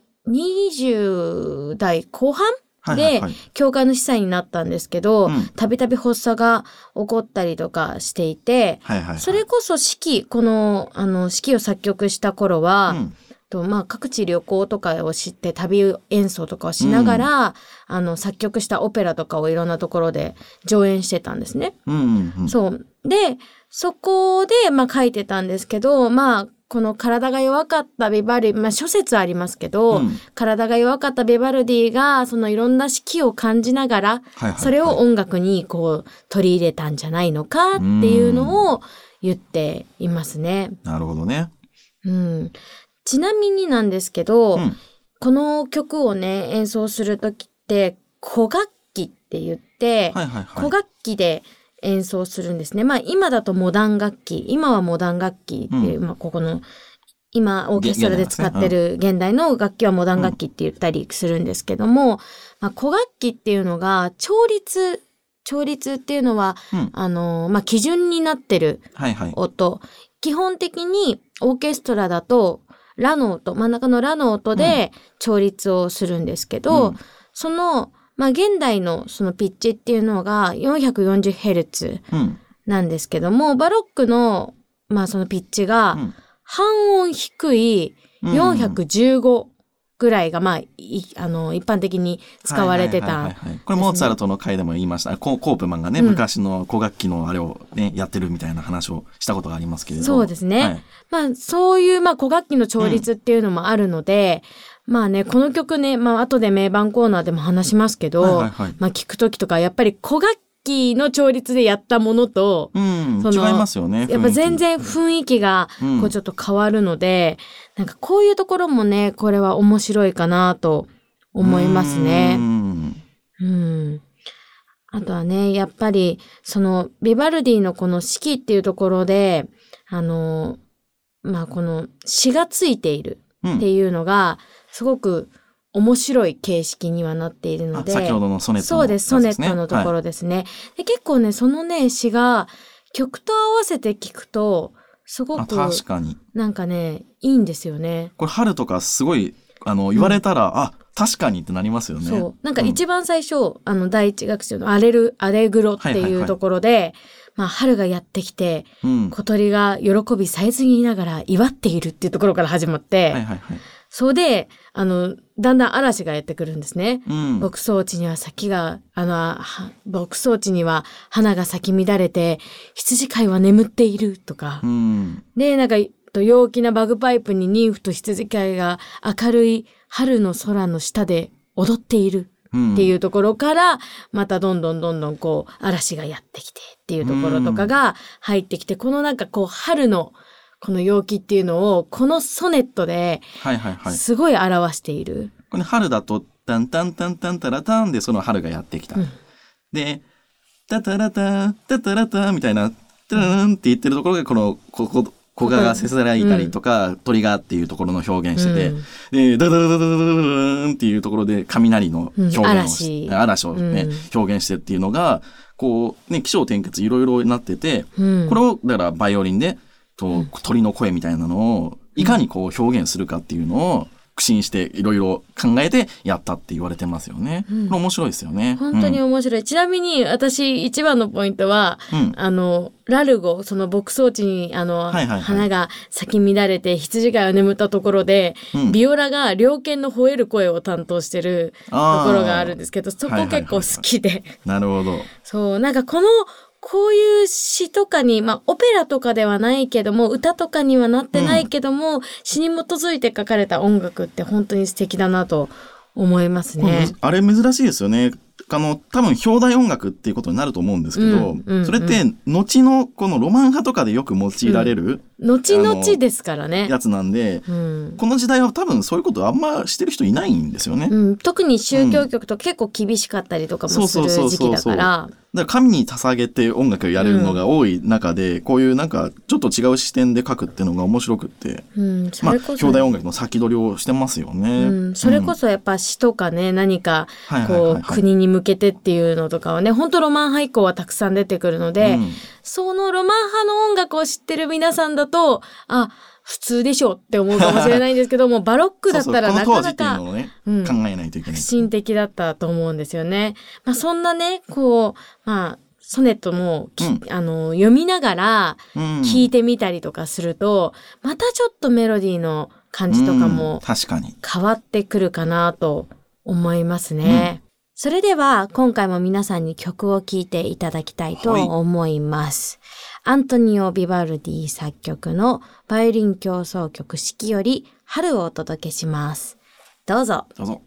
20代後半で教会の司祭になったんですけど、たびたび発作が起こったりとかしていて、それこそこの四季を作曲した頃は、各地旅行とかを知って旅演奏とかをしながら、作曲したオペラとかをいろんなところで上演してたんですね。で、そこで書いてたんですけど、この体が弱かったビバルディ、諸説ありますけど、体が弱かったビバルディがそのいろんな四季を感じながら、それを音楽にこう取り入れたんじゃないのかっていうのを言っていますね。 なるほどね。 ちなみになんですけど、この曲をね演奏するときって古楽器って言って、古楽器で演奏するんですね。今だとモダン楽器、今はモダン楽器っていう、ここの今オーケストラで使ってる現代の楽器はモダン楽器って言ったりするんですけども、古楽器っていうのが調律っていうのは、基準になってる音、基本的にオーケストラだとラの音、真ん中のラの音で調律をするんですけど、その現代のそのピッチっていうのが 440Hz なんですけども、バロックのそのピッチが半音低い415 ぐらいが一般的に使われてた、 これモーツァルトの回でも言いました。コープマンがね、昔の古楽器のあれをねやってるみたいな話をしたことがありますけれど。 そうですね、そういう古楽器の調律っていうのもあるので、この曲ね、後で名盤コーナーでも話しますけど、聞くときとかやっぱり古楽器の調律でやったものと、 違いますよね。 やっぱ全然雰囲気がこうちょっと変わるので、なんかこういうところもね、これは面白いかなと思いますね。あとはね、やっぱりそのビバルディのこの四季っていうところで、この詩がついているっていうのがすごく面白い形式にはなっているので、 先ほどのソネットの、 そうです、ソネットのところですね。で結構ね、そのね詩が曲と合わせて聞くとすごく確かになんかねいいんですよね。 これ春とかすごい言われたら、確かにってなりますよね。 そうなんか一番最初、第一楽章のアレグロっていうところで、春がやってきて、小鳥が喜びさえずりながら祝っているっていうところから始まって、それでだんだん嵐がやってくるんですね。牧草地には牧草地には花が咲き乱れて羊飼いは眠っているとか、でなんか陽気なバグパイプにニンフと羊飼いが明るい春の空の下で踊っているっていうところから、またどんどんこう嵐がやってきてっていうところとかが入ってきて、このなんかこう春のこの陽気っていうのをこのソネットですごい表している。 これ春だとタンタンタンタンタラタンでその春がやってきた。でタタラタタタラタみたいなタランって言ってるところが小賀がせせらいたりとか、鳥がっていうところの表現してて、でダダダダダダダンっていうところで雷の表現をして、嵐をね、表現してっていうのがこうね起承転結いろいろなってて、これをだからバイオリンで鳥の声みたいなのをいかにこう表現するかっていうのを苦心していろいろ考えてやったって言われてますよね。これ面白いですよね。 本当に面白い。ちなみに私一番のポイントは、ラルゴ、その牧草地に花が咲き乱れて羊が眠ったところで、ビオラが猟犬の吠える声を担当してるところがあるんですけど、そこ結構好きで。 なるほど。 そう、なんかこういう詩とかに、オペラとかではないけども、歌とかにはなってないけども、詩に基づいて書かれた音楽って本当に素敵だなと思いますね。 あれ珍しいですよね。多分表題音楽っていうことになると思うんですけど、それって後のこのロマン派とかでよく用いられる、 後々ですからねやつなんで、この時代は多分そういうことあんましてる人いないんですよね。 特に宗教曲と結構厳しかったりとかもする時期だから。 だから神に捧げて音楽をやれるのが多い中で、こういうなんかちょっと違う視点で書くっていうのが面白くって、表題音楽の先取りをしてますよね。 それこそやっぱ詩とかね、何かこう国に向けてっていうのとかはね、本当ロマン派以降はたくさん出てくるので、そのロマン派の音楽を知ってる皆さんだと、普通でしょって思うかもしれないんですけども、バロックだったらなかなか考えないといけない。 革新的だったと思うんですよね。そんなね、ソネットも読みながら聴いてみたりとかすると、またちょっとメロディーの感じとかも変わってくるかなと思いますね。それでは今回も皆さんに曲を聴いていただきたいと思います。アントニオ・ビバルディ作曲のバイオリン協奏曲四季より春をお届けします。どうぞ。 どうぞ。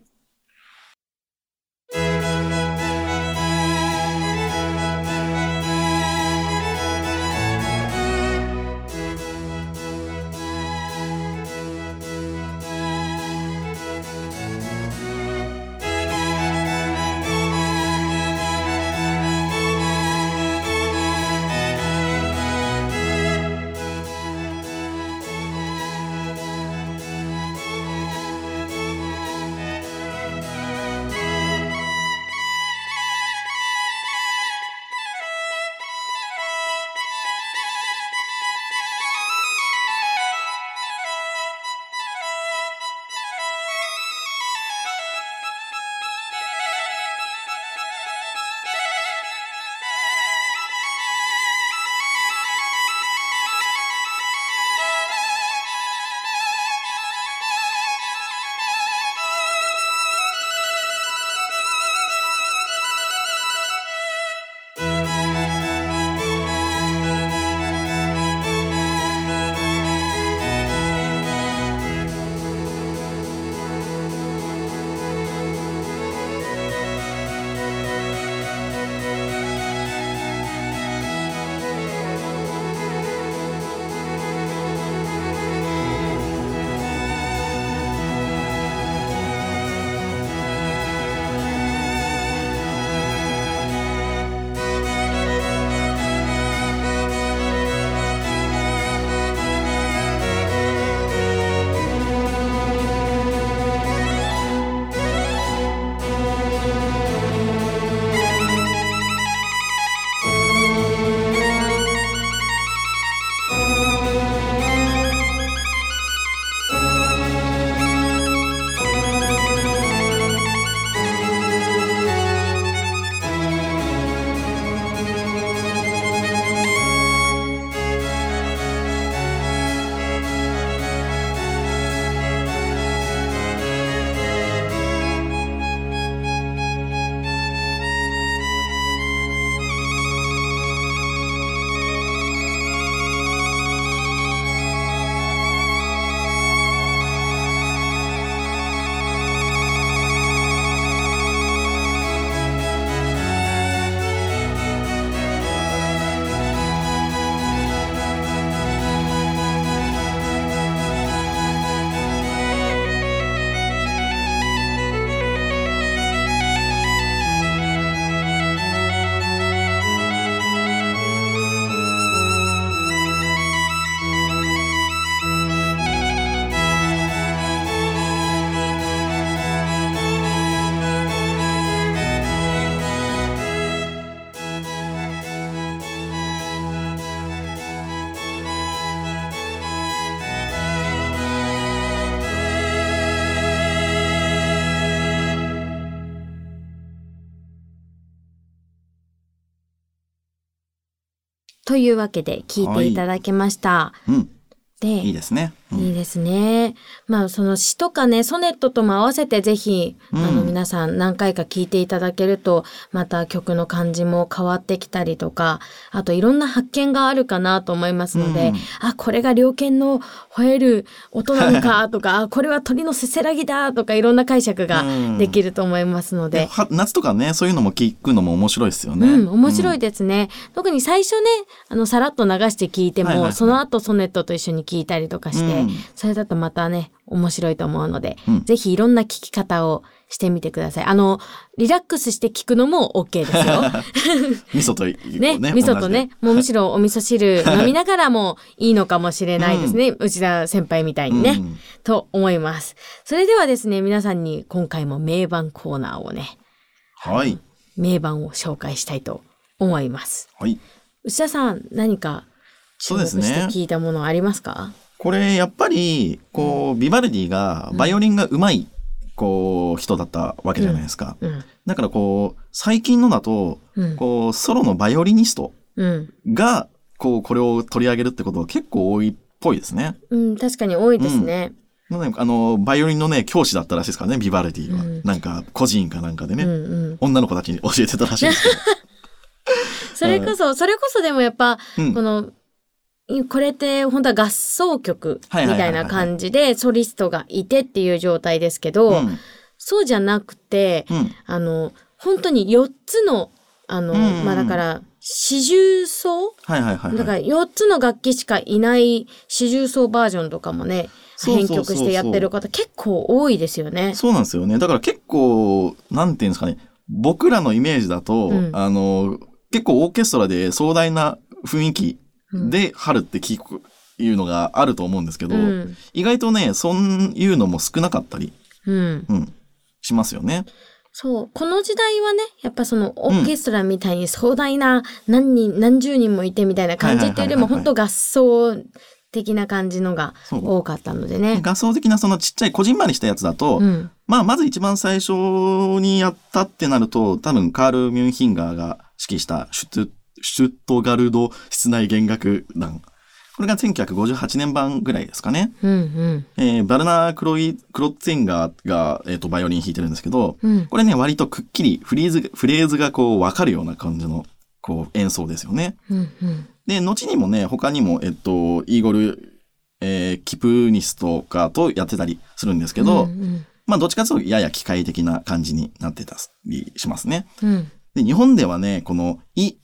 というわけで聞いていただきました。 で、いいですね。 いいですね。その詩とかね、ソネットとも合わせてぜひ、皆さん何回か聞いていただけると、また曲の感じも変わってきたりとか、あといろんな発見があるかなと思いますので、これが猟犬の吠える音なのかとか、これは鳥のせせらぎだとか、いろんな解釈ができると思いますので。 夏とかね、そういうのも聞くのも面白いですよね。 面白いですね。特に最初ね、さらっと流して聞いても、その後ソネットと一緒に聞いたりとかして、それだとまたね面白いと思うので、ぜひいろんな聞き方をしてみてください。リラックスして聞くのも OK ですよ。 味噌とね、味噌とね、もうむしろお味噌汁飲みながらもいいのかもしれないですね。内田先輩みたいにね、と思います。それではですね、皆さんに今回も名盤コーナーをね、名盤を紹介したいと思います。内田さん、何か注目して聞いたものありますか？ これやっぱりビバルディがバイオリンが上手い人だったわけじゃないですか。だから最近のだとソロのバイオリニストがこれを取り上げるってことは結構多いっぽいですね。 確かに多いですね。 バイオリンのね教師だったらしいですからね、ビバルディは。なんか孤児院かなんかでね、女の子たちに教えてたらしいですけど。 それこそでもやっぱこれって本当は合奏曲みたいな感じでソリストがいてっていう状態ですけど、そうじゃなくて、本当に4つのだから四重奏、だから4つの楽器しかいない四重奏バージョンとかもね、編曲してやってる方結構多いですよね。 そうなんですよね。だから結構なんていうんですかね、僕らのイメージだと、結構オーケストラで壮大な雰囲気で春って聞くいうのがあると思うんですけど、意外とねそういうのも少なかったり、しますよね。 そうこの時代はねやっぱそのオーケストラみたいに壮大な何十人もいてみたいな感じっていうよりも本当合奏的な感じのが多かったのでね。 合奏的なそのちっちゃいこじんまりしたやつだと、まず一番最初にやったってなると多分カール・ミュンヒンガーが指揮したシュットガルド室内弦楽団、これが1958年版ぐらいですかね。バルナー・クロッツェンガーが、バイオリン弾いてるんですけど、これね割とくっきりフレーズが分かるような感じの演奏ですよね。で後にもね他にも、イーゴル、キプニスとかとやってたりするんですけど、どっちかというとやや機械的な感じになってたりしますね。で日本ではねこの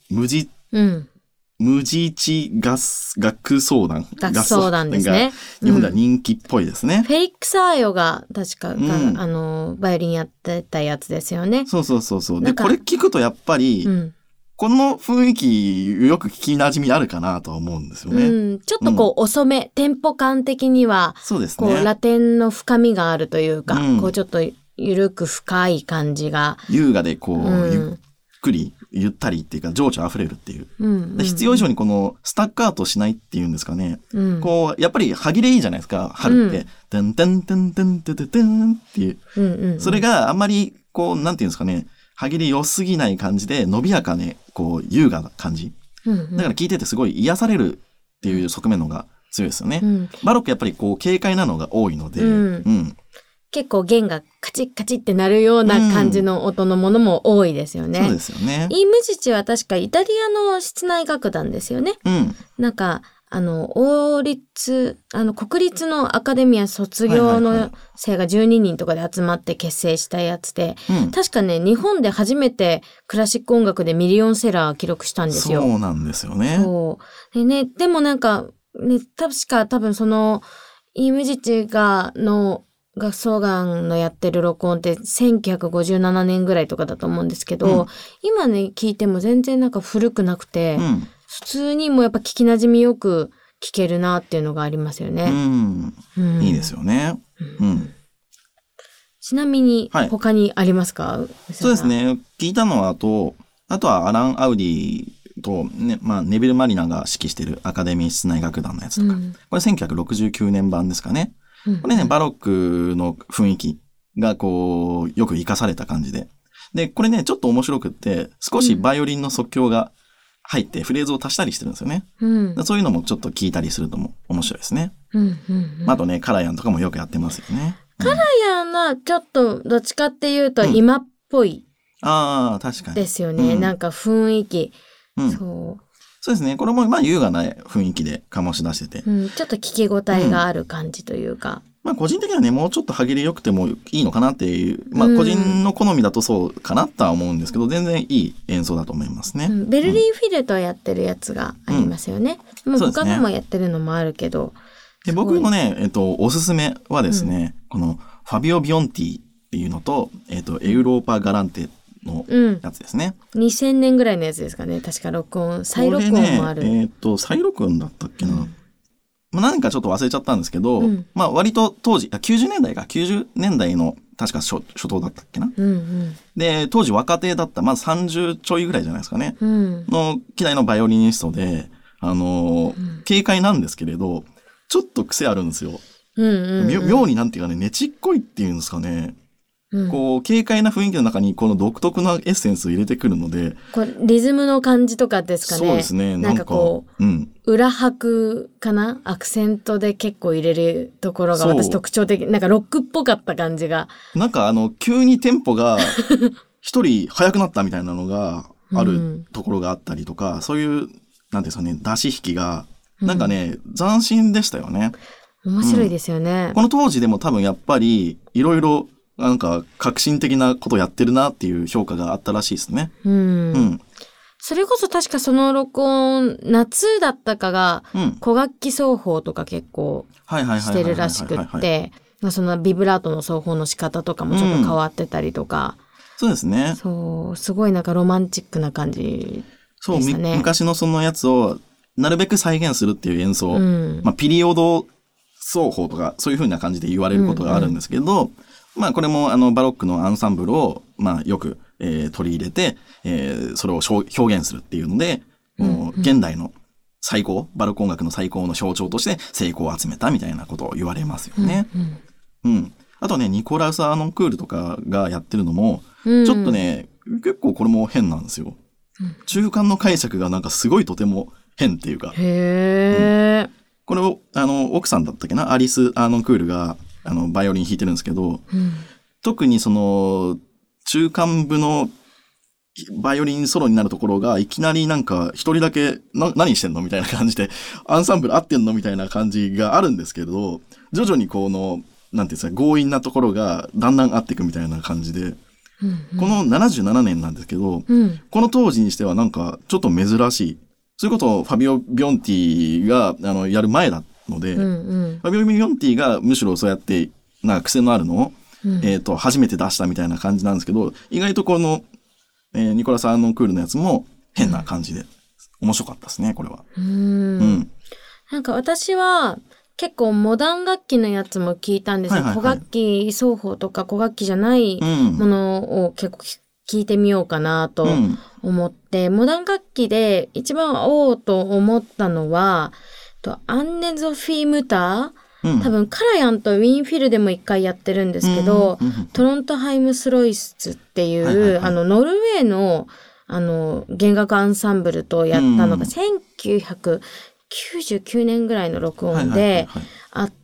無地楽奏団ですね。 日本では人気っぽいですね。 フェリックス・アーヨが確か、バイオリンやってたやつですよね。 そう。でこれ聞くとやっぱり、この雰囲気よく聞き馴染みあるかなとは思うんですよね。 ちょっと遅め、テンポ感的にはそうですね。 ラテンの深みがあるというか、ちょっと緩く深い感じが優雅でゆっくりゆったりっていうか情緒あふれるっていう、必要以上にこのスタッカートしないっていうんですかね、やっぱり歯切れいいじゃないですか春って、テンテンテンテンテンテンっていう、それがあんまりなんていうんですかね、歯切れ良すぎない感じで伸びやかね優雅な感じ、だから聞いててすごい癒されるっていう側面のが強いですよね。バロックやっぱり軽快なのが多いので、 結構弦がカチッカチッってなるような感じの音のものも多いですよね。 そうですよね。 イームジチは確かイタリアの室内楽団ですよね。なんか国立のアカデミア卒業の生が12人とかで集まって結成したやつで、確かね日本で初めてクラシック音楽でミリオンセラー記録したんですよ。 そうなんですよね。 でね、でもなんかね、多分そのイームジチの合奏団のやってる録音って1957年ぐらいとかだと思うんですけど、今ね聞いても全然なんか古くなくて、普通にもやっぱ聞きなじみよく聞けるなっていうのがありますよね。 いいですよね。 ちなみに他にありますか？ そうですね。聞いたのはあとはアラン・アウディと、ネビル・マリナが指揮しているアカデミー室内楽団のやつとか、これ1969年版ですかね。これねバロックの雰囲気がよく活かされた感じで、これねちょっと面白くって少しバイオリンの即興が入ってフレーズを足したりしてるんですよね。 うん、 そういうのもちょっと聞いたりするとも面白いですね。 うんうんうん、 あとね、カラヤンとかもよくやってますよね。 カラヤンはちょっとどっちかっていうと今っぽいああ、確かに。 ですよね。なんか雰囲気。 そうですね。これも優雅な雰囲気で醸し出してて。 ちょっと聞き応えがある感じというか。 個人的にはね、もうちょっと歯切れ良くてもいいのかなっていう、個人の好みだとそうかなとは思うんですけど、全然いい演奏だと思いますね。 ベルリンフィルとやってるやつがありますよね。もう他のもやってるのもあるけど。 で僕のね、おすすめはですね、このファビオ・ビオンティっていうのと、エウローパ・ガランテのやつですね。 2000年ぐらいのやつですかね。確か録音、再録音もある。 再録音だったっけな。何かちょっと忘れちゃったんですけど、割と当時、90年代の確か初頭だったっけな。で、当時若手だった、30ちょいぐらいじゃないですかね。の希代のバイオリニストで、軽快なんですけれど、ちょっと癖あるんですよ。妙になんていうかね、ねちっこいっていうんですかね。こう軽快な雰囲気の中にこの独特なエッセンスを入れてくるので、 これリズムの感じとかですかね。 そうですね。 なんかこう、裏拍かな、アクセントで結構入れるところが私特徴的、なんかロックっぽかった感じが。 なんか急にテンポが一人速くなったみたいなのがあるところがあったりとか、そういうなんですかね、出し引きがなんかね、斬新でしたよね。 面白いですよね。 この当時でも多分やっぱりいろいろなんか革新的なことをやってるなっていう評価があったらしいですね。 それこそ確かその録音、夏だったかが、古楽器奏法とか結構してるらしくって、そのビブラートの奏法の仕方とかもちょっと変わってたりとか。 そうですね。 そう、すごいなんかロマンチックな感じでしたね。 昔のそのやつをなるべく再現するっていう演奏、ピリオド奏法とかそういう風な感じで言われることがあるんですけど、これもバロックのアンサンブルをよく、取り入れて、それを表現するっていうので、現代の最高、バロック音楽の最高の象徴として成功を集めたみたいなことを言われますよね。あとね、ニコラウス・アーノンクールとかがやってるのも、ちょっとね、結構これも変なんですよ。中間の解釈がなんかすごいとても変っていうか。これを、奥さんだったっけな、アリス・アーノンクールが、バイオリン弾いてるんですけど、特にその、中間部のバイオリンソロになるところが、いきなりなんか、一人だけ、何してんのみたいな感じで、アンサンブル合ってんのみたいな感じがあるんですけど、徐々にこの、なんていうんですか、強引なところが、だんだん合っていくみたいな感じで、この77年なんですけど、この当時にしてはなんか、ちょっと珍しい。そういうことをファビオ・ビオンティが、やる前だので、ファビオ・ビオンティがむしろそうやって、なんか癖のあるのを、初めて出したみたいな感じなんですけど、意外とこの、ニコラス・アーノンクールのやつも変な感じで、面白かったですね、これは。 なんか私は、結構モダン楽器のやつも聞いたんですよ。古楽器奏法とか古楽器じゃないものを結構聞いてみようかなと思って、モダン楽器で一番と思ったのは、アンネ・ゾフィー・ムター、多分カラヤンとウィーンフィルでも一回やってるんですけど、トロントハイムスロイスっていう、ノルウェーの、弦楽アンサンブルとやったのが1999年ぐらいの録音であって、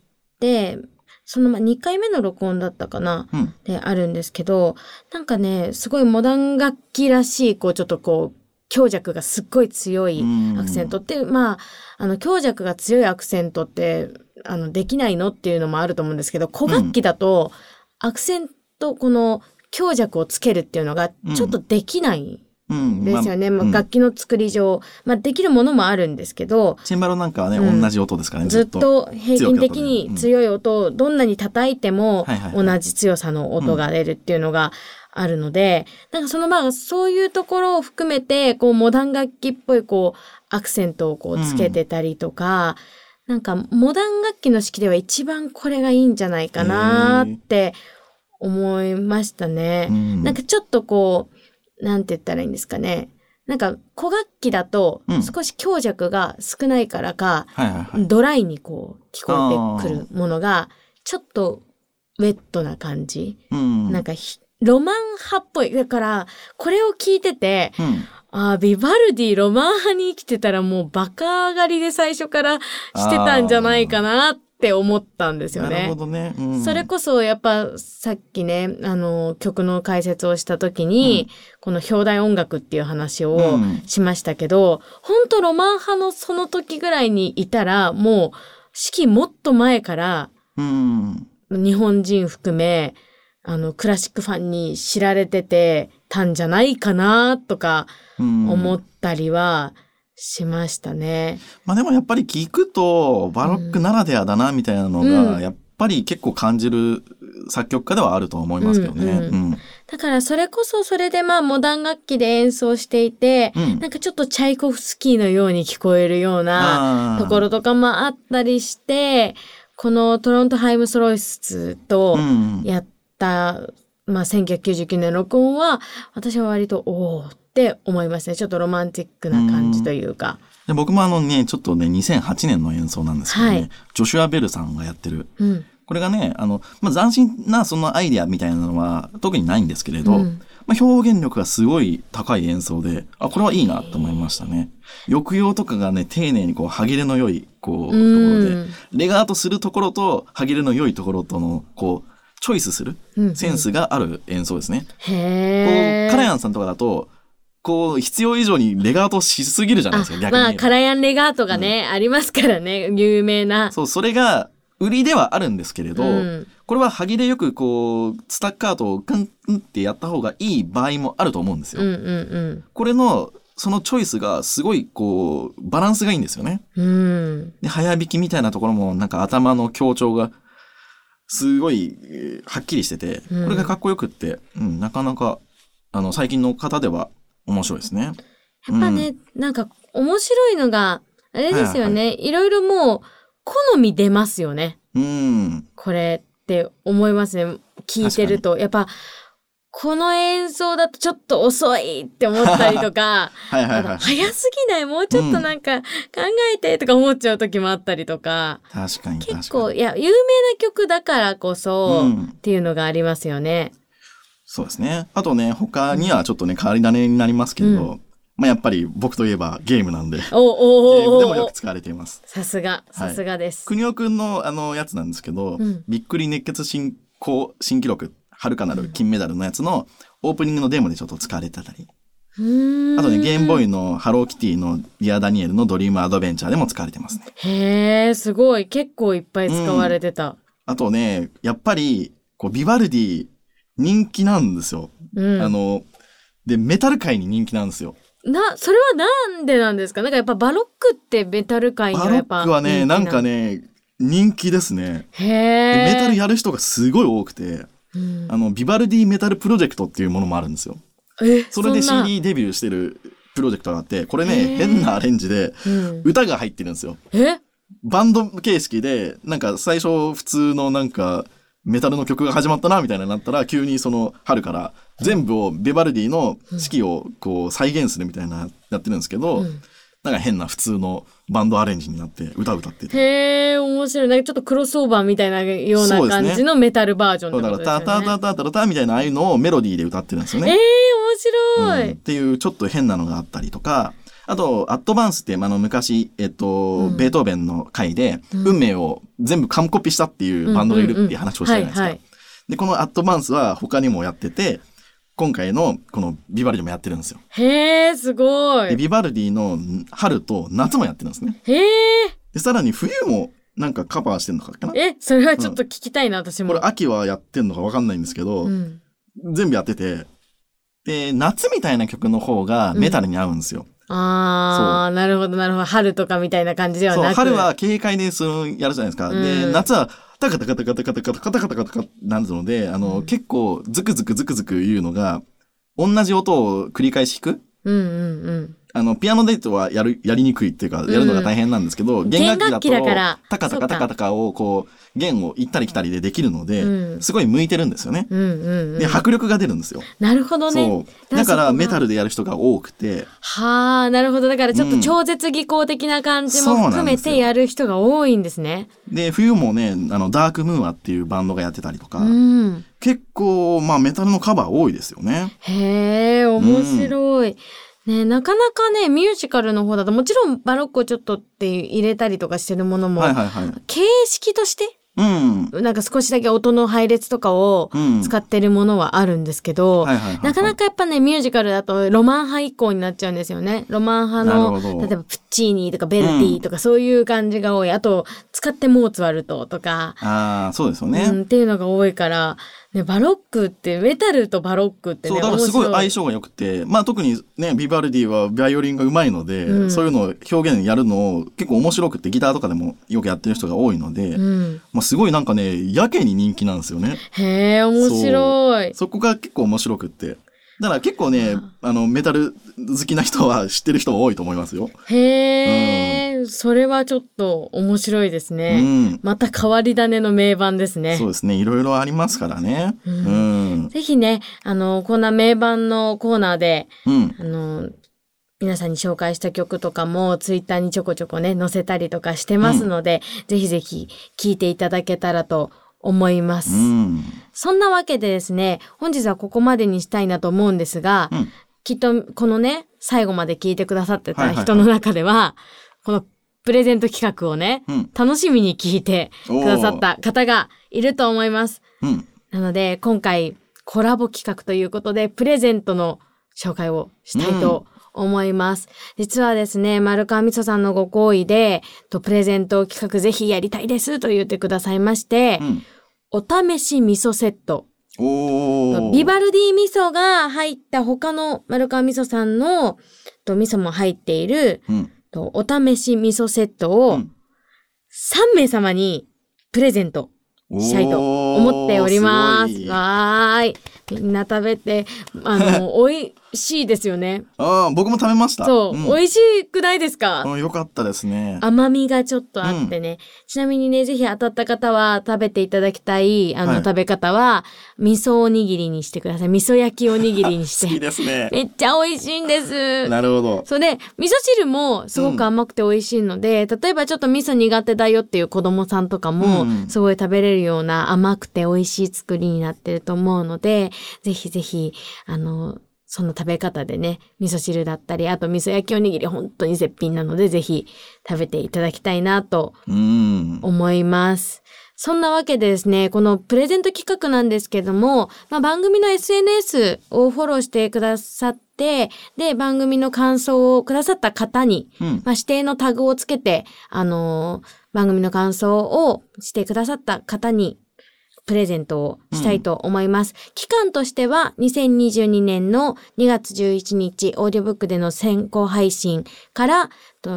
その2回目の録音だったかな、であるんですけど、なんかね、すごいモダン楽器らしい、ちょっと強弱がすっごい強いアクセントって、強弱が強いアクセントって、できないのっていうのもあると思うんですけど、古楽器だと、アクセント、この強弱をつけるっていうのが、ちょっとできないですよね。楽器の作り上、できるものもあるんですけど。 チェンバロなんかはね、同じ音ですからね。 ずっと平均的に強い音をどんなに叩いても同じ強さの音が出るっていうのがあるので、なんかそういうところを含めて、モダン楽器っぽいアクセントをつけてたりとか、なんかモダン楽器の式では一番これがいいんじゃないかなって思いましたね。なんかちょっとなんて言ったらいいんですかね。なんか古楽器だと少し強弱が少ないからか、ドライに聞こえてくるものがちょっとウェットな感じ。なんかロマン派っぽい。だからこれを聞いてて、 ビバルディロマン派に生きてたらもうバカ上がりで最初からしてたんじゃないかなって思ったんですよね。 なるほどね、 それこそやっぱさっきね曲の解説をした時に、この表題音楽っていう話をしましたけど、本当ロマン派のその時ぐらいにいたらもう四季もっと前から、日本人含めクラシックファンに知られててたんじゃないかなとか思ったりはしましたね。 でもやっぱり聞くとバロックならではだなみたいなのがやっぱり結構感じる作曲家ではあると思いますけどね。 だからそれこそそれでモダン楽器で演奏していて、なんかちょっとチャイコフスキーのように聞こえるようなところとかもあったりして、このトロントハイムスロイスとやった1999年録音は私は割とおーって思いますね。ちょっとロマンティックな感じというか。 で僕もちょっとね2008年の演奏なんですけどね、ジョシュア・ベルさんがやってる、これがね斬新なそのアイデアみたいなのは特にないんですけれど、表現力がすごい高い演奏でこれはいいなと思いましたね。抑揚とかがね丁寧に歯切れの良いところで、レガートするところと歯切れの良いところとのチョイスするセンスがある演奏ですね。カラヤンさんとかだと必要以上にレガートしすぎるじゃないですか、逆に。 カラヤンレガートがね、ありますからね、有名な。 それが売りではあるんですけれど、これは歯切れよくスタッカートをグングンってやった方がいい場合もあると思うんですよ。これのそのチョイスがすごいバランスがいいんですよね。で早弾きみたいなところもなんか頭の強調がすごいはっきりしてて、これがかっこよくって、なかなか最近の方では面白いですね。やっぱね、なんか面白いのがあれですよね、いろいろもう好み出ますよね。これって思いますね。聞いてるとやっぱこの演奏だとちょっと遅いって思ったりとか早すぎないもうちょっとなんか考えてとか思っちゃう時もあったりとか、 確かに結構有名な曲だからこそっていうのがありますよね。 そうですね。あとね他にはちょっとね変わり種になりますけど、やっぱり僕といえばゲームなんでゲームでもよく使われています。 さすがです。 国尾くんのやつなんですけど、びっくり熱血新記録はるかなる金メダルのやつのオープニングのデモでちょっと使われてたり、あとねゲームボーイのハローキティのディアダニエルのドリームアドベンチャーでも使われてますね。 へー、すごい結構いっぱい使われてた。 あとねやっぱりビバルディ人気なんですよ。でメタル界に人気なんですよ。 それはなんでなんですか？なんかやっぱバロックってメタル界にはやっぱバロックはねなんかね人気ですね。でメタルやる人がすごい多くて、ビバルディメタルプロジェクトっていうものもあるんですよ。それで CD デビューしてるプロジェクトがあって、これね変なアレンジで歌が入ってるんですよ。バンド形式でなんか最初普通のなんかメタルの曲が始まったなみたいななったら急にその春から全部をビバルディの四季を再現するみたいなやってるんですけど、なんか変な普通のバンドアレンジになって歌を歌ってて、 へー面白い。なんかちょっとクロスオーバーみたいなような感じのメタルバージョンってことですよね。 だからタタタタタタみたいなああいうのをメロディーで歌ってるんですよね。 面白い、 っていうちょっと変なのがあったりとか、あとアットバンスって昔ベートーベンの回で、運命を全部完コピしたっていうバンドがいるっていう話をしたじゃないですか。でこのアットバンスは他にもやってて、今回のこのビバルディもやってるんですよ。 へーすごい。 でビバルディの春と夏もやってるんですね。でさらに冬もなんかカバーしてるのかな。 それはちょっと聞きたいな、私も。 これ秋はやってんのか分かんないんですけど、全部やってて、で夏みたいな曲の方がメタルに合うんですよ。 なるほどなるほど。春とかみたいな感じではなく、 春は軽快でやるじゃないですか。で夏はタカタカタカタカタカタカタカタカタカなんつうので、結構ズクズクズクズク言うのが同じ音を繰り返し弾く。ピアノではやりにくいっていうか、やるのが大変なんですけど、弦楽器だとタカタカタカタカを弦を行ったり来たりでできるので、すごい向いてるんですよね。で迫力が出るんですよ。 なるほどね。 だからメタルでやる人が多くて、 なるほど。だからちょっと超絶技巧的な感じも含めてやる人が多いんですね。 で冬もねダークムーアっていうバンドがやってたりとか、結構メタルのカバー多いですよね。 へー面白い。 ね、なかなかねミュージカルの方だともちろんバロックをちょっとって入れたりとかしてるものも、形式としてなんか少しだけ音の配列とかを使ってるものはあるんですけど、なかなかやっぱねミュージカルだとロマン派以降になっちゃうんですよね。ロマン派の例えばプッチーニとかベルティとかそういう感じが多い。あと使ってモーツァルトとかそうですよね、 っていうのが多いからね、バロックってメタルとバロックってね、 そうだからすごい相性が良くて、特にねビバルディはバイオリンが上手いので、そういうのを表現やるの結構面白くてギターとかでもよくやってる人が多いので、すごいなんかねやけに人気なんですよね。 へえ、面白い。 そこが結構面白くってだから結構ねメタル好きな人は知ってる人が多いと思いますよ。 へえ、それはちょっと面白いですね、また変わり種の名盤ですね。 そうですね、いろいろありますからね、 ぜひねこんな名盤のコーナーで、皆さんに紹介した曲とかもツイッターにちょこちょこね載せたりとかしてますので、ぜひぜひ聴いていただけたらと思います、そんなわけでですね、本日はここまでにしたいなと思うんですが、きっとこのね最後まで聞いてくださってた人の中では、このプレゼント企画をね、楽しみに聞いてくださった方がいると思います、なので今回コラボ企画ということでプレゼントの紹介をしたいと思います。実はですね、丸川みそさんのご好意でプレゼント企画ぜひやりたいですと言ってくださいまして、お試し味噌セット、ビバルディ味噌が入った他の丸川みそさんの味噌も入っている、お試し味噌セットを3名様にプレゼントしたいと思っております。わーい。みんな食べて、美味しいですよね。 僕も食べました。 そう、美味しくないですか？ よかったですね。 甘みがちょっとあってね。ちなみにね、ぜひ当たった方は食べていただきたい、食べ方は、味噌おにぎりにしてください。味噌焼きおにぎりにして。 好きですね。 めっちゃ美味しいんです。 なるほど。 それで、味噌汁もすごく甘くて美味しいので、例えばちょっと味噌苦手だよっていう子供さんとかも、すごい食べれるような甘くて美味しい作りになってると思うので、ぜひぜひ、その食べ方でね、味噌汁だったり、あと味噌焼きおにぎり本当に絶品なので、ぜひ食べていただきたいなと思います。そんなわけでですね、このプレゼント企画なんですけども、番組の SNS をフォローしてくださって、で、番組の感想をくださった方に、指定のタグをつけて、番組の感想をしてくださった方に、プレゼントをしたいと思います。期間としては2022年の2月11日オーディオブックでの先行配信から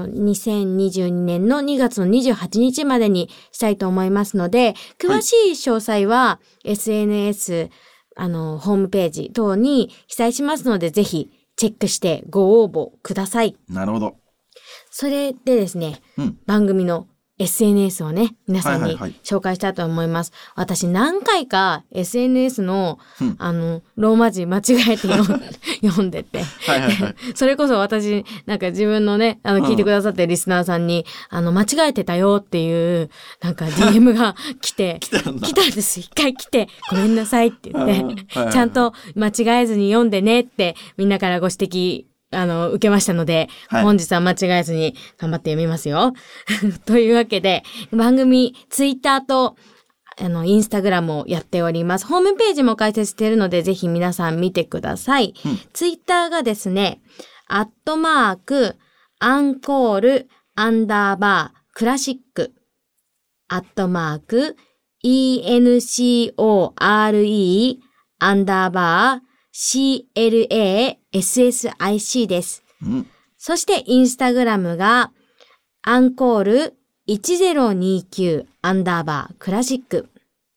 2022年の2月の28日までにしたいと思いますので、詳しい詳細は SNS、ホームページ等に記載しますので、ぜひチェックしてご応募ください。 なるほど。 それでですね、番組のSNS をね、皆さんに紹介したいと思います。私何回か SNS の、ローマ字間違えて読んでて。それこそ私、なんか自分のね、聞いてくださってるリスナーさんに、間違えてたよっていう、なんか DM が来て、来たんです。一回来て、ごめんなさいって言って、ちゃんと間違えずに読んでねって、みんなからご指摘、受けましたので、本日は間違えずに頑張って読みますよ。というわけで、番組、ツイッターと、インスタグラムをやっております。ホームページも開設しているので、ぜひ皆さん見てください。ツイッターがですね、アンコール_クラシック、ENCORE_CLASSIC です。そしてインスタグラムがアンコール1029_クラシック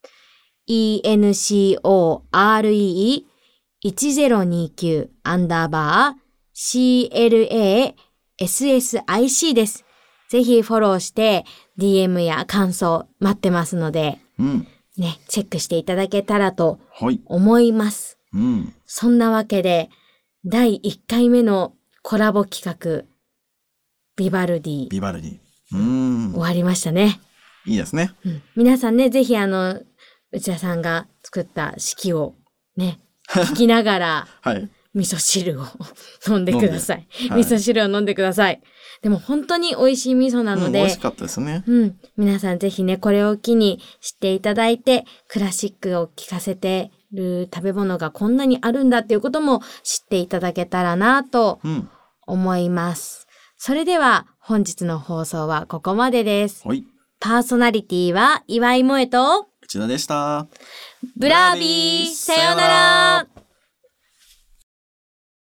ENCORE1029_CLASSIC です。ぜひフォローして DM や感想待ってますので、ね、チェックしていただけたらと思います。そんなわけで、第1回目のコラボ企画、ビバルディ。終わりましたね。 いいですね。 皆さんね、ぜひ内田さんが作った式をね、聞きながら、 味噌汁を飲んでください。味噌汁を飲んでください。でも本当に美味しい味噌なので、 美味しかったですね。 皆さんぜひね、これを機に知っていただいて、クラシックを聴かせてる食べ物がこんなにあるんだっていうことも知っていただけたらなと思います。それでは本日の放送はここまでです。パーソナリティは岩井萌と内田でした。 ブラービー、さようなら。